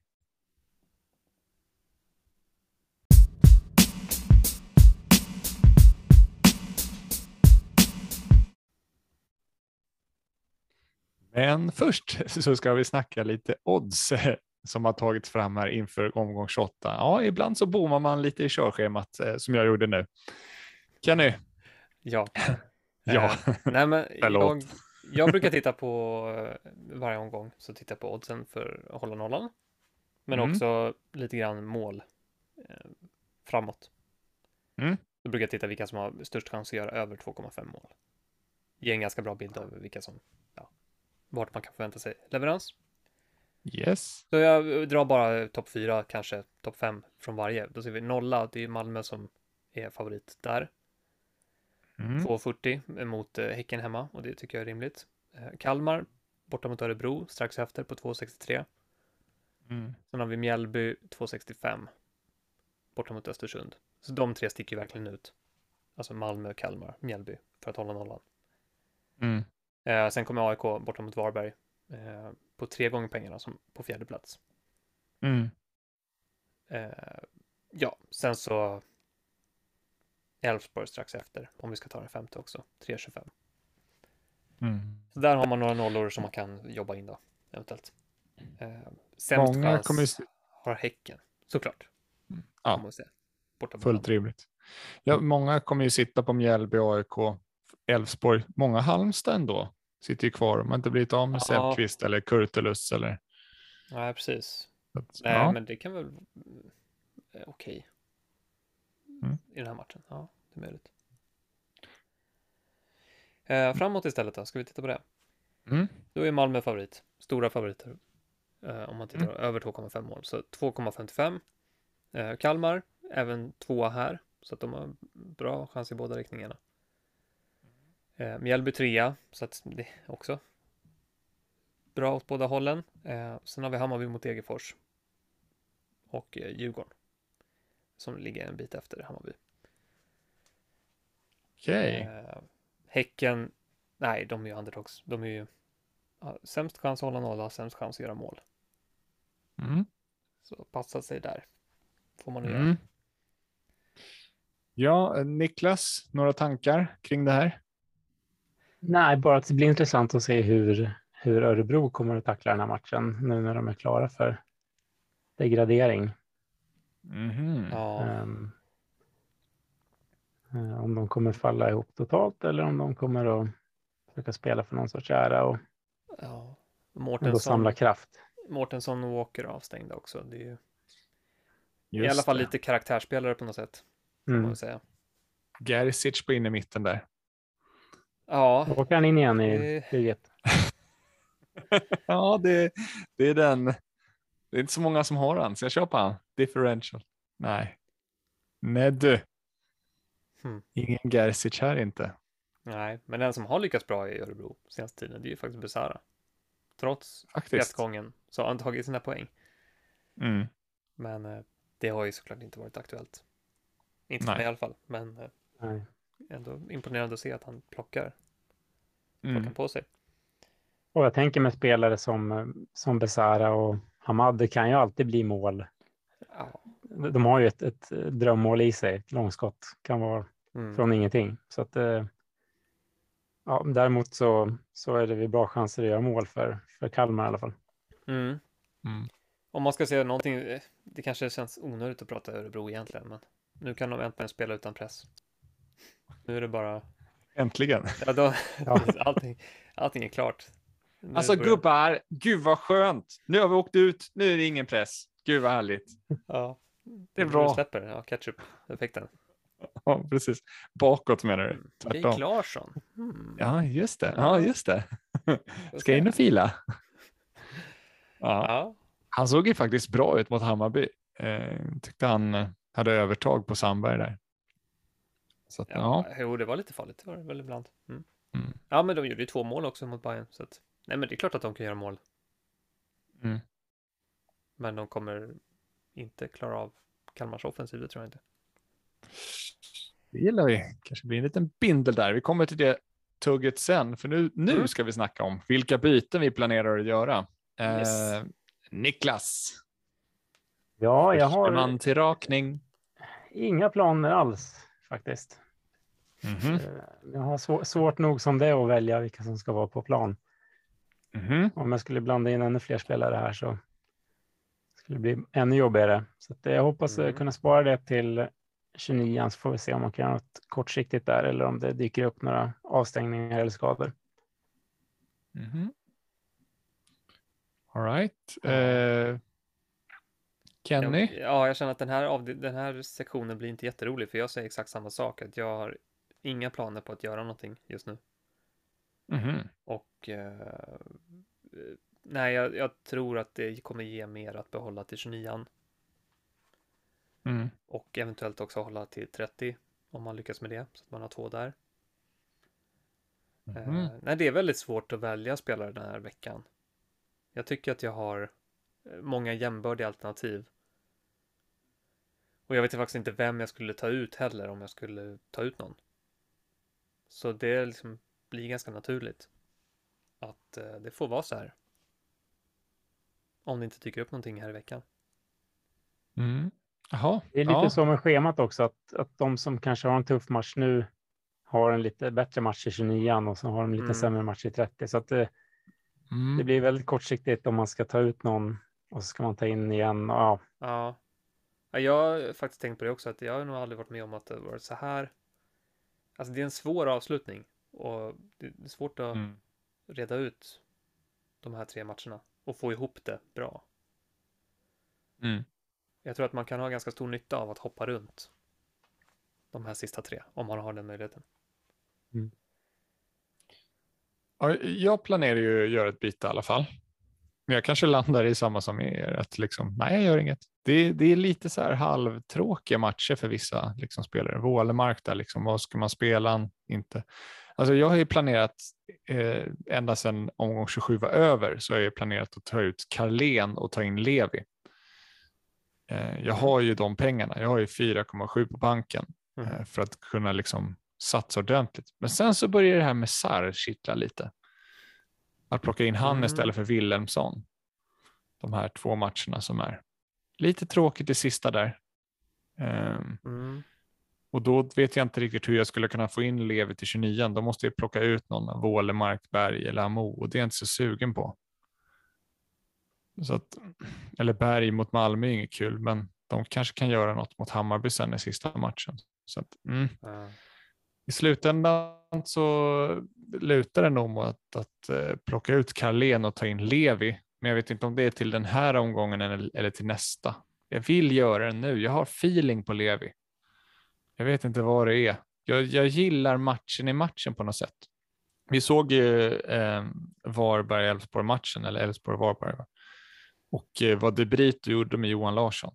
Men först så ska vi snacka lite odds som har tagits fram här inför omgång 28. Ja, ibland så bommar man lite i körschemat som jag gjorde nu. Kenny? Ja. Ja. Nej, men jag brukar titta på varje omgång, så tittar jag på oddsen för att hålla nollan. Men också lite grann mål framåt. Då brukar jag titta vilka som har störst chans att göra över 2,5 mål. Ger en ganska bra bild av vilka som, vart man kan förvänta sig leverans. Yes. Så jag drar bara topp 4, kanske topp 5 från varje. Då ser vi nolla, det är Malmö som är favorit där. 2,40 mot Häcken hemma, och det tycker jag är rimligt. Kalmar borta mot Örebro strax efter på 2,63. Sen har vi Mjällby 2,65 borta mot Östersund. Så de 3 sticker verkligen ut. Alltså Malmö, Kalmar, Mjällby för att hålla nollan. Sen kommer AIK borta mot Varberg på 3 gånger pengarna som på 4:e plats. Ja, sen så Elfsborg strax efter, om vi ska ta den femte också, 3,25. Så där har man några nollor som man kan jobba in då, eventuellt. Sämst Många chans kommer har Häcken, såklart. Ja, Får man säga. Borta på fullt rimligt. Ja, många kommer ju sitta på Mjällby, AIK, Elfsborg. Många Halmstad ändå sitter ju kvar. Man har inte blivit av med Säfqvist eller Kurtulus eller... Nej, precis. Nej, ja. men det kan väl okej. I den här matchen. Ja, det är möjligt. Framåt istället då, ska vi titta på det? Då är Malmö favorit. Stora favoriter. Om man tittar över 2,5 mål. Så 2,55. Kalmar, även 2 här. Så att de har bra chans i båda riktningarna. Mjällby 3, så att det är också bra åt båda hållen. Sen har vi Hammarby mot Degerfors. Och Djurgården. Som ligger en bit efter Hammarby. Okej. Häcken, nej, de är ju underdogs. De är ju sämst chans att hålla nolla, sämst chans att göra mål. Så passa sig där. Får man göra. Ja, Niklas, några tankar kring det här? Nej, bara att det blir intressant att se hur Örebro kommer att tackla den här matchen nu när de är klara för degradering. Ja. Om de kommer falla ihop totalt eller om de kommer att försöka spela för någon sorts ära och samla kraft. Mårtensson och Walker avstängda också. Det är ju Just i alla fall det. lite karaktärsspelare på något sätt. Får man väl säga. Gerzic på in i mitten där. Ja. Åker han in igen i kriget? Ja, det är den. Det är inte så många som har han, så jag köper han. Differential. Nej du. Ingen Gerzic här inte. Nej, men den som har lyckats bra i Örebro senaste tiden, det är ju faktiskt Besara. Trots rättgången så har han tagit sina poäng. Men det har ju såklart inte varit aktuellt. Inte för mig i alla fall, men ändå imponerande att se att han plockar på sig. Och jag tänker med spelare som Besara och Hamad, det kan ju alltid bli mål. Ja. De har ju ett drömmål i sig, ett långskott kan vara från ingenting. Så att däremot så är det väl bra chanser att göra mål för Kalmar i alla fall. Om man ska säga någonting, det kanske känns onödigt att prata Örebro egentligen, men nu kan de äntligen spela utan press. Nu är det bara... Äntligen. Allting är klart. Alltså gubbar, gud vad skönt. Nu har vi åkt ut, nu är det ingen press. Gud vad härligt. Ja, det är bra. Du släpper, ketchup-effekten. Ja, precis. Bakåt menar du. Jake Larsson. Ja, just det. Ja, just det. Ska in och fila. Ja. Han såg ju faktiskt bra ut mot Hammarby. Tyckte han hade övertag på Sandberg där. Så att, Jo, det var lite farligt. Det var det väl ibland. Ja, men de gjorde ju 2 mål också mot Bayern. Så att, nej, men det är klart att de kan göra mål. Men de kommer inte klara av Kalmars offensiv, det tror jag inte. Det gillar vi. Kanske blir en liten bindel där. Vi kommer till det tugget sen. För nu ska vi snacka om vilka byten vi planerar att göra. Niklas. Ja, jag har... man till rakning. Inga planer alls faktiskt. Jag har svårt nog som det att välja vilka som ska vara på plan. Om jag skulle blanda in ännu fler spelare här så skulle det bli ännu jobbigare. Så att jag hoppas kunna spara det till 29, så får vi se om man kan göra något kortsiktigt där eller om det dyker upp några avstängningar eller skador. All right. Kenny? Jag känner att den här sektionen blir inte jätterolig, för jag säger exakt samma sak, att jag har inga planer på att göra någonting just nu. Och nej, jag tror att det kommer ge mer att behålla till 29. Och eventuellt också hålla till 30 om man lyckas med det, så att man har 2 där. Nej, det är väldigt svårt att välja spelare den här veckan. Jag tycker att jag har många jämbördiga alternativ. Och jag vet faktiskt inte vem jag skulle ta ut heller, om jag skulle ta ut någon. Så det liksom blir ganska naturligt att det får vara så här. Om det inte dyker upp någonting här i veckan. Jaha. Det är lite så med schemat också, att de som kanske har en tuff match nu har en lite bättre match i 29 och så har de lite sämre match i 30. Så att det blir väldigt kortsiktigt om man ska ta ut någon och så ska man ta in igen. Ja, jag har faktiskt tänkt på det också, att jag har nog aldrig varit med om att det varit så här. Alltså det är en svår avslutning och det är svårt att reda ut de här 3 matcherna och få ihop det bra. Jag tror att man kan ha ganska stor nytta av att hoppa runt de här sista 3 om man har den möjligheten. Ja, jag planerar ju att göra ett byte i alla fall. Men jag kanske landar i samma som er, att liksom, nej, jag gör inget. Det är lite så här halvtråkiga matcher för vissa liksom, spelare. Wålemark där, liksom, vad ska man spela? Inte. Alltså, jag har ju planerat, ända sedan omgång 27 var över, så har jag planerat att ta ut Carlén och ta in Levi. Jag har ju de pengarna. Jag har ju 4,7 på banken för att kunna liksom satsa ordentligt. Men sen så börjar det här med Sarr kittla lite. Att plocka in han istället för Wilhelmsson. De här 2 matcherna som är lite tråkigt i sista där. Och då vet jag inte riktigt hur jag skulle kunna få in Levi till 29. Då måste jag plocka ut någon av Wålemark, Berg eller Amo. Och det är jag inte så sugen på. Så att, eller Berg mot Malmö är inget kul, men de kanske kan göra något mot Hammarby sen i sista matchen. Så att, i slutändan så lutar det nog mot att plocka ut Carlén och ta in Levi. Men jag vet inte om det är till den här omgången eller till nästa. Jag vill göra det nu. Jag har feeling på Levi. Jag vet inte vad det är. Jag gillar matchen i matchen på något sätt. Vi såg ju Varberg-Elfsborg-matchen, eller Elfsborg-Varberg. Och vad De Brito gjorde med Johan Larsson.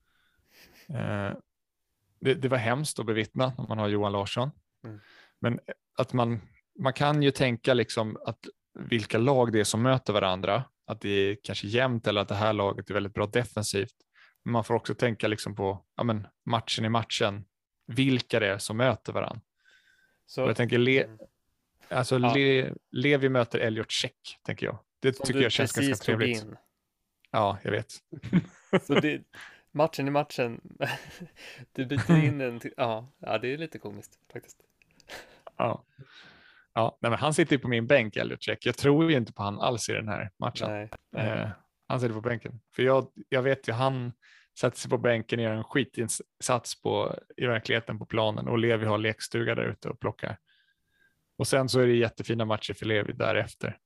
Det var hemskt att bevittna när man har Johan Larsson. Men att man kan ju tänka liksom att vilka lag det är som möter varandra. Att det är kanske jämnt eller att det här laget är väldigt bra defensivt. Men man får också tänka liksom på matchen i matchen. Vilka det är som möter varandra. Så jag tänker Levi möter Elliot Check, tänker jag. Det som tycker jag känns ganska trevligt. Ja, jag vet. Så matchen i matchen. Du byter in en till. Ja, det är lite komiskt faktiskt. Ja, nej, men han sitter ju på min bänk, Elliot Check. Jag tror ju inte på han alls i den här matchen. Nej. Han sitter på bänken. För jag vet ju, han sätter sig på bänken och gör en skitinsats i verkligheten på planen. Och Levi har lekstuga där ute och plockar. Och sen så är det jättefina matcher för Levi därefter.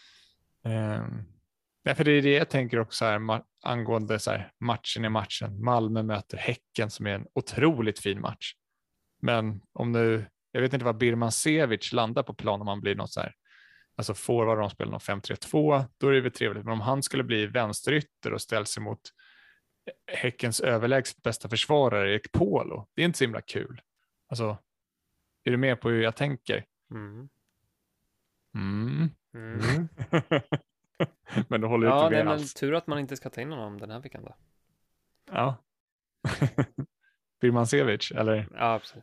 För det är det jag tänker också här, angående så här, matchen i matchen. Malmö möter Häcken som är en otroligt fin match. Men om nu, jag vet inte vad Birmancevic landar på plan om han blir något så här, alltså forward de spelar någon 5-3-2, då är det väl trevligt. Men om han skulle bli vänsterytter och ställs emot Häckens överlägset bästa försvarare, Ekpolo, det är inte så himla kul. Alltså, är du med på hur jag tänker? Men då håller jag inte med alls. Tur att man inte ska ta in honom den här veckan då. Ja. Birmancevic, eller? Ja, precis.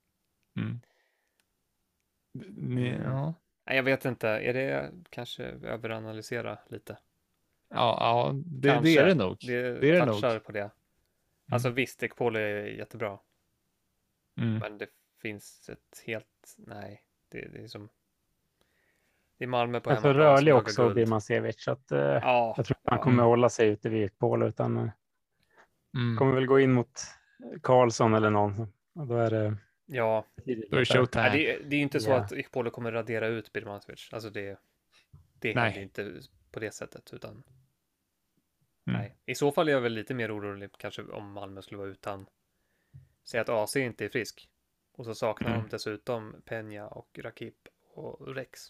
Ja. Jag vet inte, är det kanske överanalysera lite? Ja, det är det nog. Det är det nog. På det. Alltså visst, Ekpolo är jättebra. Men det finns ett helt, nej, det är som, det är Malmö på hemmaplan. Alltså rörlig också, Birmancevic, så att jag tror att han kommer hålla sig ute vid Ekpolo, utan kommer väl gå in mot Karlsson eller någon. Och då är det... Ja, då är showtime. Det är ju inte så att Ekpolo kommer radera ut Birmancevic. Alltså det händer inte på det sättet, utan nej. I så fall är jag väl lite mer orolig kanske om Malmö skulle vara utan. Säg att AC inte är frisk. Och så saknar de dessutom Peña och Rakip och Rex.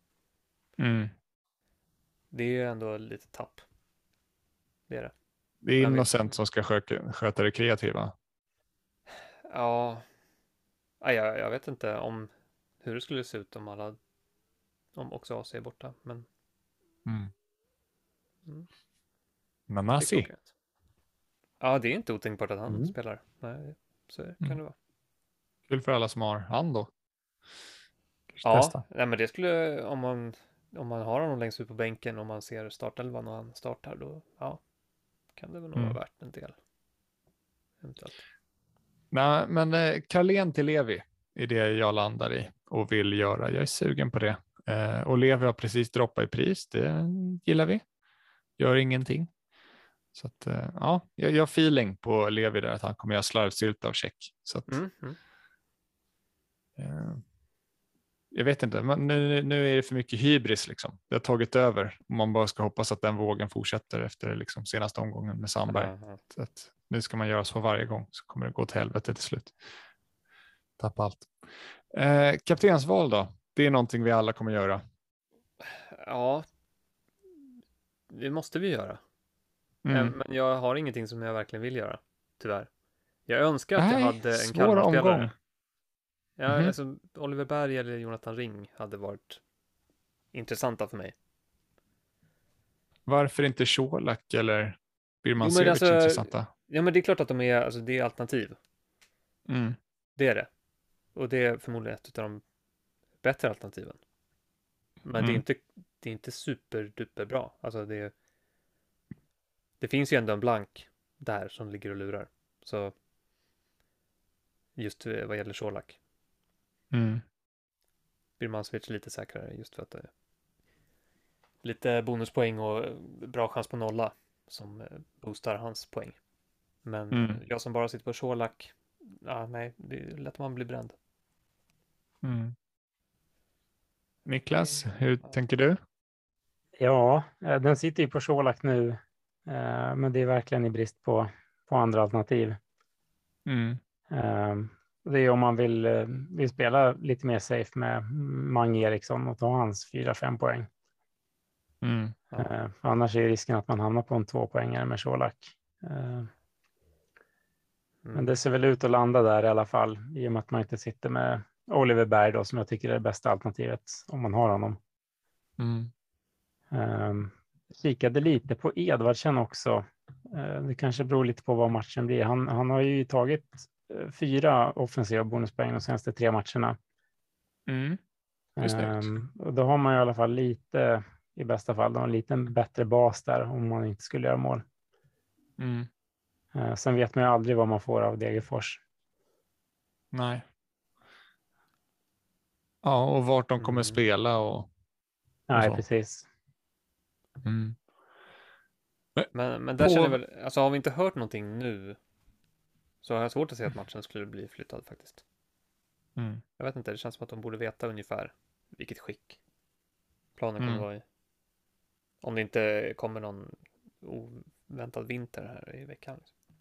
Det är ju ändå lite tapp. Det är det. Det är Innocent som ska sköta det kreativa. Ja. Jag vet inte hur det skulle se ut om också AC är borta. Men Nanasi. Ja, det är inte otänkbart att han spelar. Nej, så kan det vara. Kul för alla som har han då. Nej, men det skulle, om man har honom längst ut på bänken och man ser startelvan och han startar, då kan det väl nog vara värt en del. eventuellt. Nej, men Carlén till Levi är det jag landar i och vill göra. Jag är sugen på det. Och Levi har precis droppat i pris. Det gillar vi. Gör ingenting. Så att, ja, jag har feeling på Levi där att han kommer göra slarvsylt av check. Så att, jag vet inte, men nu är det för mycket hybris liksom. Det har tagit över. Man bara ska hoppas att den vågen fortsätter efter liksom senaste omgången med Sandberg. Att nu ska man göra så varje gång så kommer det gå till helvete till slut. Tappa allt. Kaptensval då? Det är någonting vi alla kommer göra. Ja, det måste vi göra. Men jag har ingenting som jag verkligen vill göra, tyvärr. Jag önskar att jag hade en Kalmar-spelare. Ja, alltså Oliver Berg eller Jonathan Ring hade varit intressanta för mig. Varför inte Colak eller Birman Sevic intressanta? Ja, men det är klart att de är, alltså det är alternativ. Det är det. Och det är förmodligen ett av de bättre alternativen. Men det är inte superduper bra. Alltså det finns ju ändå en blank där som ligger och lurar. Så just vad gäller Colak. Birmancevic är lite säkrare just för att det är lite bonuspoäng och bra chans på nolla som boostar hans poäng. Men jag som bara sitter på Colak, nej, det är lätt att man blir bränd. Niklas, hur tänker du? Ja, den sitter ju på Colak nu, men det är verkligen i brist på andra alternativ. Det är om man vill spela lite mer safe med Mange Eriksson och ta hans 4-5 poäng. Annars är risken att man hamnar på en 2-poängare med Colak. Men det ser väl ut att landa där i alla fall, i och med att man inte sitter med Oliver Berg då, som jag tycker är det bästa alternativet om man har honom. Kikade lite på Edvardsen också. Det kanske beror lite på vad matchen blir. Han har ju tagit 4 offensiva bonuspoäng de senaste 3 matcherna. Och då har man i alla fall lite, i bästa fall, en liten bättre bas där om man inte skulle göra mål. Sen vet man ju aldrig vad man får av Degerfors. Nej. Ja, och vart de kommer spela och nej, så. Precis. Men där känner jag väl, alltså har vi inte hört någonting nu så har jag svårt att se att matchen skulle bli flyttad faktiskt. Jag vet inte, det känns som att de borde veta ungefär vilket skick planen kommer vara i. Om det inte kommer någon oväntad vinter här i veckan.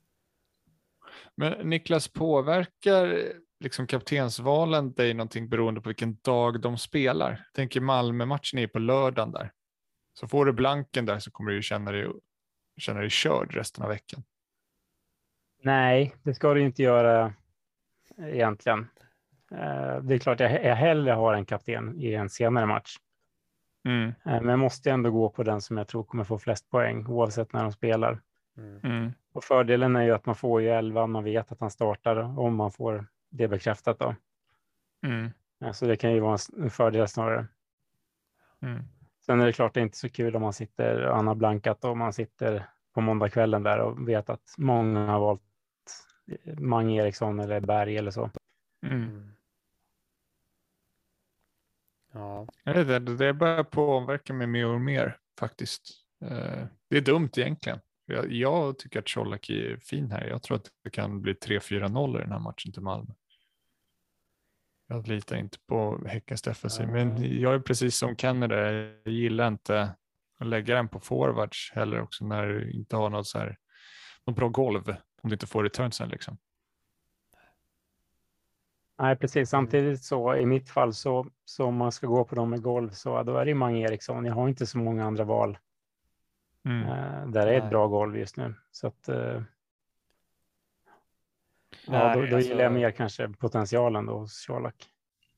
Men Niklas, påverkar liksom kaptensvalen dig någonting beroende på vilken dag de spelar? Jag tänker Malmö-matchen är på lördagen där. Så får du blanken där så kommer du ju känna dig körd resten av veckan. Nej, det ska du inte göra egentligen. Det är klart jag hellre har en kapten i en senare match. Men jag måste ändå gå på den som jag tror kommer få flest poäng oavsett när de spelar. Och fördelen är ju att man får ju 11, man vet att han startar om man får det bekräftat då. Så det kan ju vara en fördel snarare. Sen är det klart det är inte så kul om man sitter Anna blankat och man sitter på måndagskvällen där och vet att många har valt Mange Eriksson eller Berg eller så. Ja. Det börjar påverka mig mer och mer faktiskt. Det är dumt egentligen. Jag tycker att Colak är fin här. Jag tror att det kan bli 3-4-0 i den här matchen till Malmö. Jag litar inte på Häckens defensiv, men jag är precis som Kennedy. Jag gillar inte att lägga den på forwards heller också när du inte har något bra golv om du inte får returnsen liksom. Nej, precis. Samtidigt så i mitt fall så om man ska gå på dem med golv så då är det Mange Eriksson. Jag har inte så många andra val. Där är ett bra golv just nu. Så att då gillar jag mer kanske potentialen då hos Colak.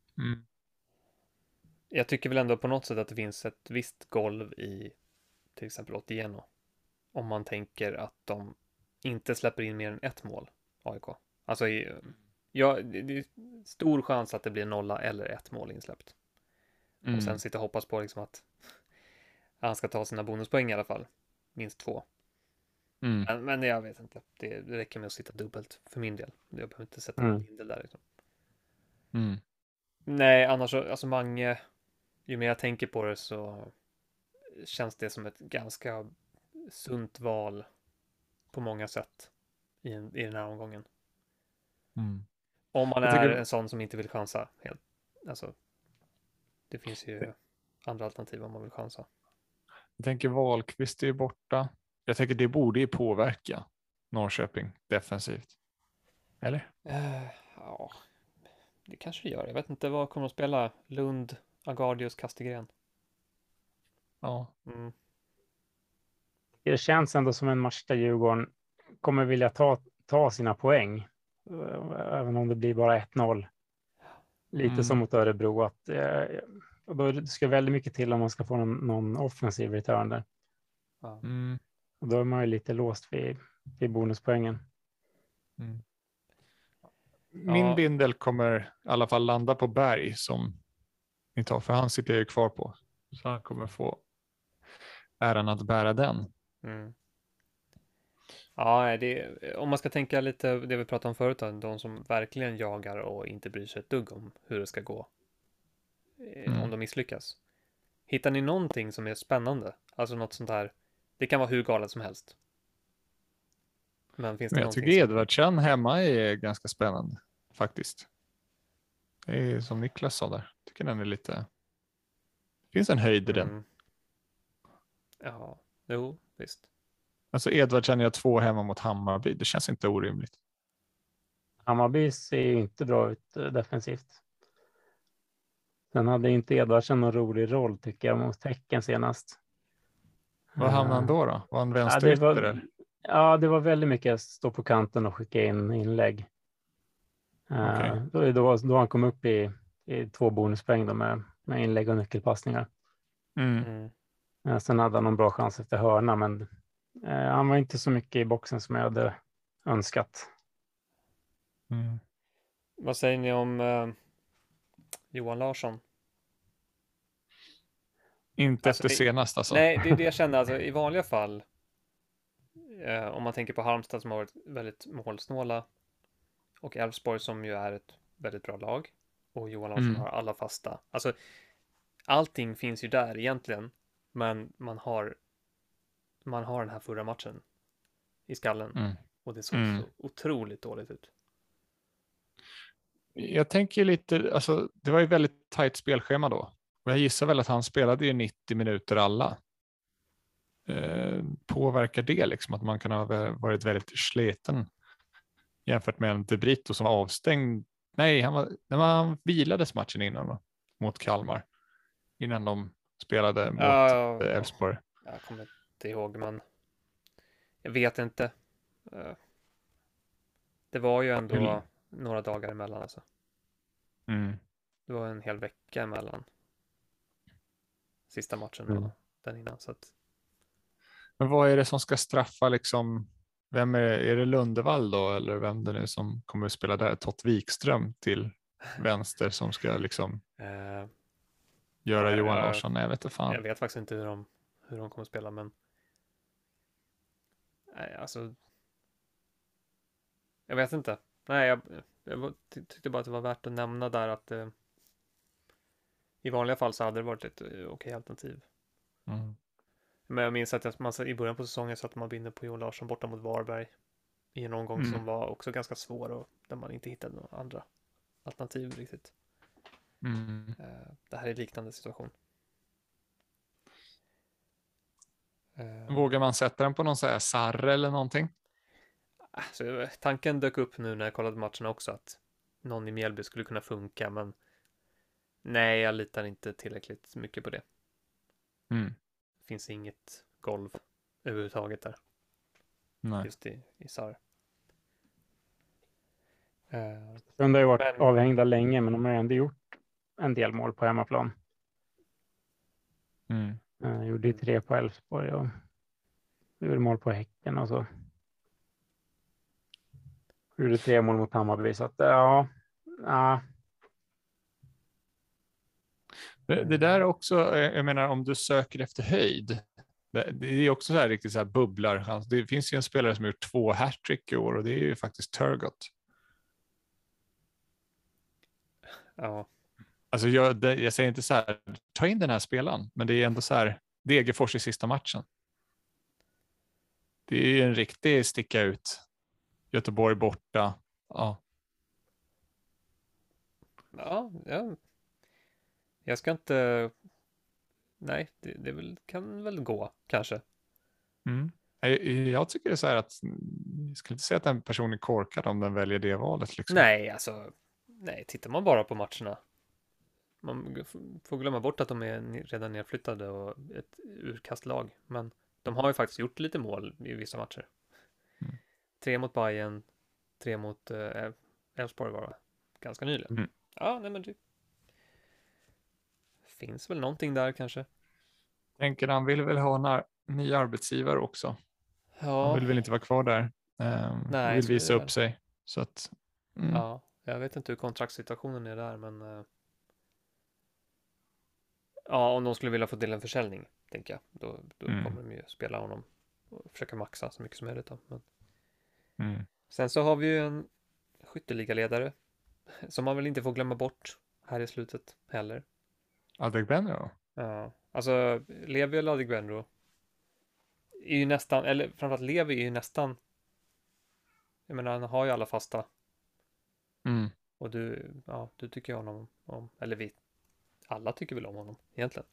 Jag tycker väl ändå på något sätt att det finns ett visst golv i till exempel Otieno. Om man tänker att de inte släpper in mer än ett mål, AIK. Alltså det är stor chans att det blir 0 eller 1 mål insläppt. Och sen sitta och hoppas på liksom att han ska ta sina bonuspoäng i alla fall. Minst 2. Men jag vet inte. Det räcker med att sitta dubbelt för min del. Jag behöver inte sätta en bindel där. Liksom. Nej, annars så, alltså Mange, ju mer jag tänker på det så känns det som ett ganska sunt val på många sätt i den här omgången. Om man är en sån som inte vill chansa helt. Alltså, det finns ju andra alternativ om man vill chansa. Jag tänker Wahlqvist är borta. Jag tänker det borde ju påverka Norrköping defensivt. Eller? Ja, det kanske det gör. Jag vet inte vad kommer att spela. Lund, Agardius, Kastegren. Ja. Det känns ändå som en match där Djurgården kommer vilja ta sina poäng. Även om det blir bara 1-0. Lite som mot Örebro. Och då ska väldigt mycket till om man ska få någon offensiv return där. Och då är man ju lite låst vid bonuspoängen. Min bindel kommer i alla fall landa på Berg som ni tar, för han sitter ju kvar på. Så han kommer få äran att bära den. Ja, om man ska tänka lite det vi pratade om förut, de som verkligen jagar och inte bryr sig ett dugg om hur det ska gå. Om de misslyckas. Hittar ni någonting som är spännande? Alltså något sånt här. Det kan vara hur galet som helst. Men finns det jag tycker Edvardsen hemma är ganska spännande faktiskt. Det är som Niklas sa där. Jag tycker den är lite. Det finns en höjd i den. Ja, jo, visst. Alltså Edvardsen gör 2 hemma mot Hammarby. Det känns inte orimligt. Hammarby ser ju inte bra ut defensivt. Sen hade inte Edvardsen någon rolig roll tycker jag mot Häcken senast. Vad hamnade han då? Var han vänsterytter? Ja, det var väldigt mycket stå på kanten och skicka in inlägg. Då han kom upp i 2 bonuspoäng då med inlägg och nyckelpassningar. Sen hade han någon bra chans efter hörna, men han var inte så mycket i boxen som jag hade önskat. Vad säger ni om Johan Larsson? Inte efter senast alltså. Nej, det är det jag känner. Alltså, i vanliga fall, om man tänker på Halmstad som har varit väldigt målsnåla och Elfsborg som ju är ett väldigt bra lag och Johan Larsson har alla fasta. Alltså, allting finns ju där egentligen, men man har den här förra matchen i skallen och det såg så otroligt dåligt ut. Jag tänker lite, alltså det var ju väldigt tajt spelschema då. Och jag gissar väl att han spelade ju 90 minuter alla. Påverkar det liksom att man kan ha varit väldigt sliten jämfört med en De Brito som var avstängd? Nej, han vilades matchen innan då, mot Kalmar. Innan de spelade mot Elfsborg. Jag kommer inte ihåg, men jag vet inte. Det var ju ändå några dagar emellan alltså. Det var en hel vecka emellan sista matchen och den innan. Så att... Men vad är det som ska straffa liksom? Vem är det Lundevall då? Eller vem det nu som kommer att spela där? Tott Wikström till vänster som ska liksom göra Johan Larsson? Nej, jag vet inte fan. Jag vet faktiskt inte hur de kommer att spela, men nej, alltså jag vet inte. Nej, jag tyckte bara att det var värt att nämna där att i vanliga fall så hade det varit ett okej alternativ. Men jag minns att man i början på säsongen satt man binder på Johan Larsson borta mot Varberg i en omgång som var också ganska svår och där man inte hittade några andra alternativ riktigt. Det här är liknande situation. Vågar man sätta den på någon så här Sarre eller någonting? Så tanken dök upp nu när jag kollade matcherna också att någon i Mjällby skulle kunna funka, men nej, jag litar inte tillräckligt mycket på det. Det finns inget golv överhuvudtaget där. Nej. Just i Sarre. De har ju varit avhängda länge, men de har ändå gjort en del mål på hemmaplan. Gjorde 3 på Elfsborg och gjorde mål på Häcken och så. Gjorde 3 mål mot Hammarby, så att ja. Det där också, jag menar om du söker efter höjd Det är också så här riktigt så här bubblar. Det finns ju en spelare som har gjort 2 hattrick i år och det är ju faktiskt Turgott. Ja. Alltså jag säger inte så här, ta in den här spelaren, men det är ändå så här, Degerfors i sista matchen. Det är ju en riktig sticka ut. Göteborg borta. Ja. Ja. Jag ska inte... Nej, kan väl gå, kanske. Mm. Jag tycker det är så här att jag skulle inte säga att den personen är korkad om den väljer det valet. Liksom. Nej, tittar man bara på matcherna. Man får glömma bort att de är redan nedflyttade och ett urkastlag. Men de har ju faktiskt gjort lite mål i vissa matcher. 3 mot Bayern, 3 mot Elfsborg var det ganska nyligen. Ja, nej men det finns väl någonting där kanske. Tänker han vill väl ha en ny arbetsgivare också. Ja. Han vill väl inte vara kvar där. Nej, vill visa upp sig. Så att, Ja, jag vet inte hur kontraktssituationen är där, men ja, om de skulle vilja få till en försäljning, tänker jag, då kommer de ju spela honom och försöka maxa så mycket som möjligt då. Men sen så har vi ju en skytteligaledare som man väl inte får glömma bort här i slutet heller. Adegbenro? Ja, alltså Levi eller Adegbenro är ju nästan, eller framförallt Levi är ju nästan, jag menar han har ju alla fasta. Och du tycker ju honom om, eller vi alla tycker väl om honom egentligen.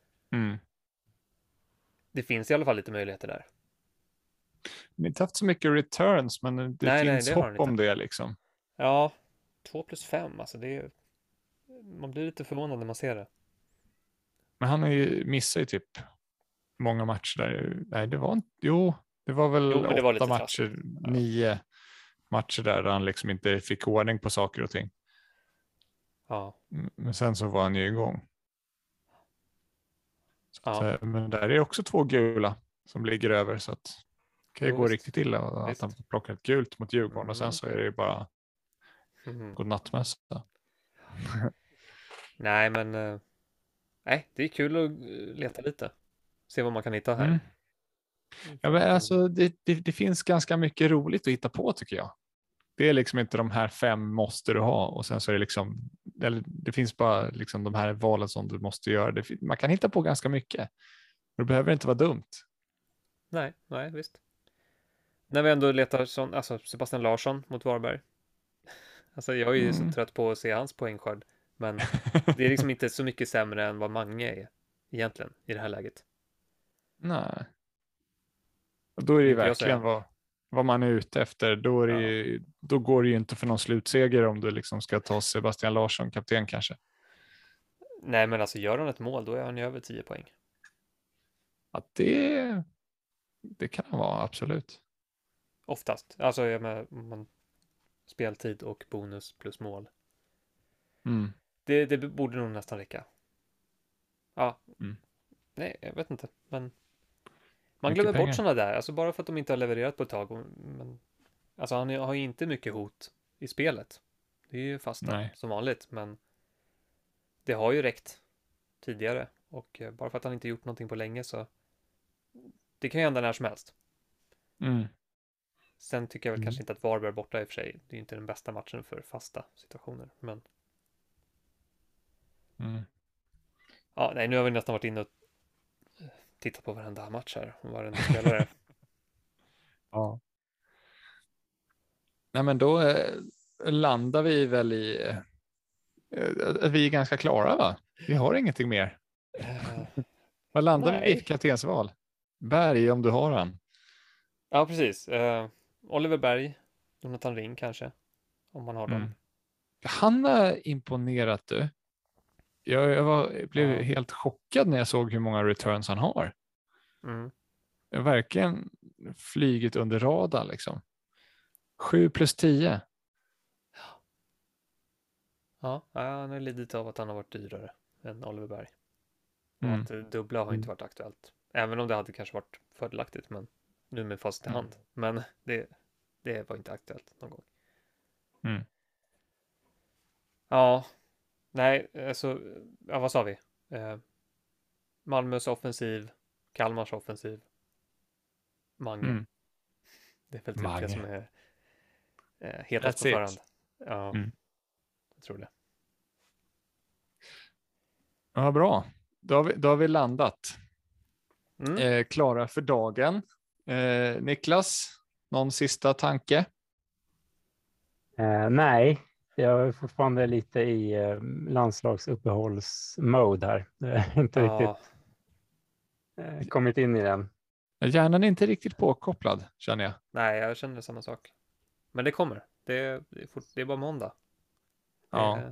Det finns i alla fall lite möjligheter där. De har inte haft så mycket returns, men det finns hopp om det liksom. Ja, 2+5, alltså man blir lite förvånad när man ser det. Men han har ju missat typ många matcher där. Nej, det var väl 8 matcher, 9 matcher där han liksom inte fick ordning på saker och ting. Ja. Men sen så var han ju igång. Ja. Men där är också 2 gula som ligger över, så att det kan ju gå riktigt illa att han plockar ett gult mot Djurgården och sen så är det ju bara godnattmässa. Nej, men det är kul att leta lite. Se vad man kan hitta här. Ja, men alltså det finns ganska mycket roligt att hitta på, tycker jag. Det är liksom inte de här 5 måste du ha och sen så är det liksom, det finns bara liksom de här valen som du måste göra. Man kan hitta på ganska mycket. Det behöver inte vara dumt. Nej, visst. När vi ändå letar alltså Sebastian Larsson mot Varberg. Alltså jag är ju så trött på att se hans poängskörd. Men det är liksom inte så mycket sämre än vad Mange är egentligen i det här läget. Nej. Och då är det ju verkligen vad man är ute efter. Då går det ju inte för någon slutseger om du liksom ska ta Sebastian Larsson, kapten kanske. Nej, men alltså gör han ett mål, då är han ju över 10 poäng. Ja, det kan han vara, absolut. Oftast. Alltså speltid och bonus plus mål. Det borde nog nästan räcka. Ja. Nej, jag vet inte. Men man glömmer bort sådana där. Alltså bara för att de inte har levererat på ett tag. Men, alltså han har ju inte mycket hot i spelet. Det är ju fasta som vanligt. Men det har ju räckt tidigare. Och bara för att han inte gjort någonting på länge så det kan ju hända när som helst. Sen tycker jag väl kanske inte att Varberg borta i och för sig. Det är inte den bästa matchen för fasta situationer. Men ja, nej, nu har vi nästan varit inne och tittat på varenda match här. Och varenda spelare. Ja. Nej, men då landar vi väl i att vi är ganska klara, va? Vi har ingenting mer. Vad landar vi i kaptensval? Berg, om du har han. Ja, precis. Oliver Berg, Jonathan Ring kanske, om man har dem. Han har imponerat, du. Jag blev helt chockad när jag såg hur många returns han har. Jag har verkligen flygit under radarn liksom. 7+10. Ja, han är lidit av att han har varit dyrare än Oliver Berg. Och att dubbla har inte varit aktuellt. Även om det hade kanske varit fördelaktigt, men nu med fast i hand. Men det var inte aktuellt någon gång. Ja, nej, alltså, vad sa vi? Malmös offensiv Kalmars offensiv. Mange. Det är väl typ det som är hetast på förhand. Ja, jag tror det. Ja, bra. Då har vi landat. Klara för dagen. Niklas, någon sista tanke? Nej, jag är fortfarande lite i landslagsuppehållsmode här. Jag har inte riktigt kommit in i den. Hjärnan är inte riktigt påkopplad, känner jag. Nej, jag känner samma sak. Men det kommer. Det är bara måndag. Ja.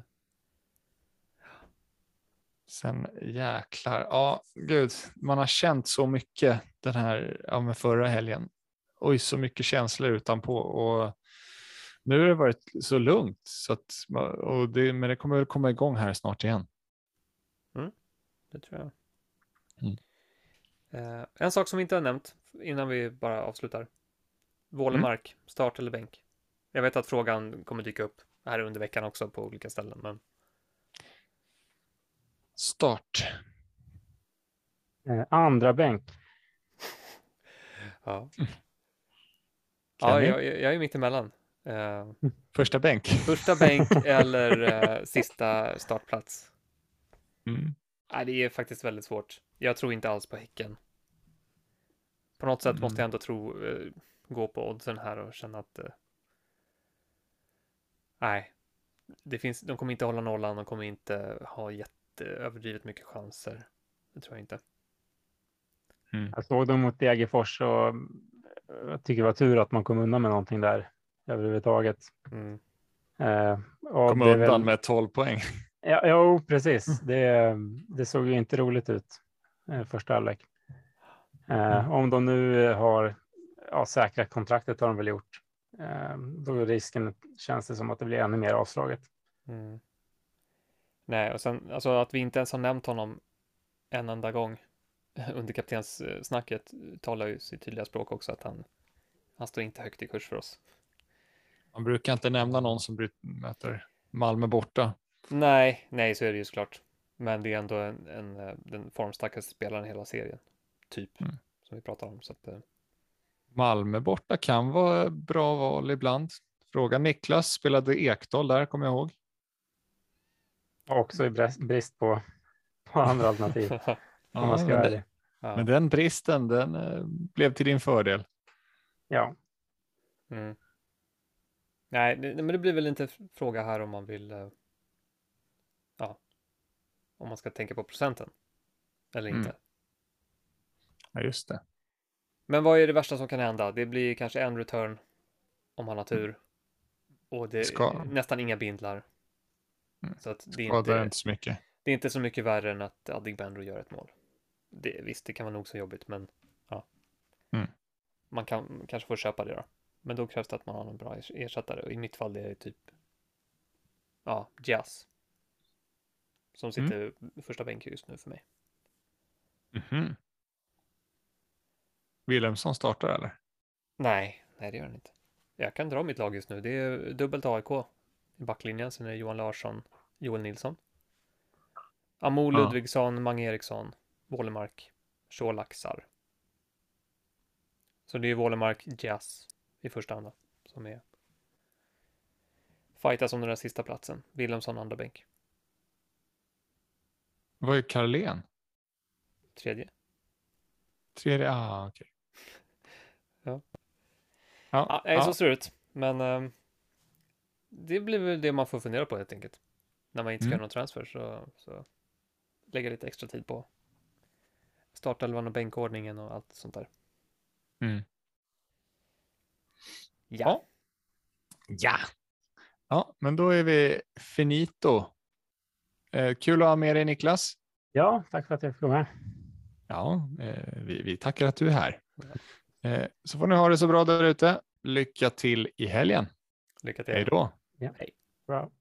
Sen jäklar. Ja, gud. Man har känt så mycket den här med förra helgen. Oj, så mycket känslor utanpå. Och nu har det varit så lugnt. Så att, men det kommer väl komma igång här snart igen. Det tror jag. En sak som vi inte har nämnt innan vi bara avslutar. Wålemark, start eller bänk? Jag vet att frågan kommer dyka upp här under veckan också på olika ställen. Men... Start. Andra bänk. Ja. Ja, jag är mitt emellan. Första bänk. Första bänk eller sista startplats. Nej, det är faktiskt väldigt svårt. Jag tror inte alls på Häcken. På något sätt måste jag ändå gå på oddsen här och känna att nej, de kommer inte hålla nollan, de kommer inte ha överdrivet mycket chanser. Det tror jag inte. Jag såg dem mot Degerfors och jag tycker det var tur att man kom undan med någonting där överhuvudtaget. Kom undan med 12 poäng. Ja, precis. Det såg ju inte roligt ut första halvlek. Om de nu har säkrat kontraktet har de väl gjort. Då är risken, känns det som att det blir ännu mer avslaget. Nej, och sen alltså att vi inte ens har nämnt honom en enda gång under kaptenssnacket talar ju sitt tydliga språk också, att han står inte högt i kurs för oss. Man brukar inte nämna någon som möter Malmö borta. Nej, så är det ju såklart. Men det är ändå den formstarkaste spelaren i hela serien. Typ, som vi pratar om. Så att, Malmö borta kan vara bra val ibland. Fråga Niklas, spelade Ekdal där, kommer jag ihåg. Också i brist på andra alternativ. Om man ska göra det. Men den bristen, den blev till din fördel. Ja. Nej, men det blir väl inte fråga här om man vill om man ska tänka på procenten eller inte. Ja, just det. Men vad är det värsta som kan hända? Det blir kanske en return om han har tur. Och det är nästan inga bindlar. Så att det är inte så mycket. Det är inte så mycket värre än att Adegbenro gör ett mål. Visst, det kan vara nog så jobbigt, men man kanske får köpa det då. Men då krävs det att man har en bra ersättare. Och i mitt fall är det typ Jazz. Som sitter första bänken just nu för mig. Wilhelmsson startar eller? Nej, det gör han inte. Jag kan dra mitt lag just nu. Det är dubbelt AIK i backlinjen. Sen är det Johan Larsson, Joel Nilsson. Amo Ludvigsson, Mange Eriksson, Wålemark, Scholaxar. Så det är Wålemark, Jazz i första hand som är fightas om den där sista platsen. Wilhelmsson andra bänk. Vad är Karlén? Tredje, okej. Så ser det ut. Men det blir väl det man får fundera på helt enkelt. När man inte ska göra någon transfer så lägga lite extra tid på startelvan och bänkordningen och allt sånt där. Ja, men då är vi finito. Kul att ha med dig, Niklas. Ja, tack för att jag fick komma med. Ja, vi tackar att du är här. Så får ni ha det så bra där ute. Lycka till i helgen. Lycka till. Hej då. Ja. Hej. Bra.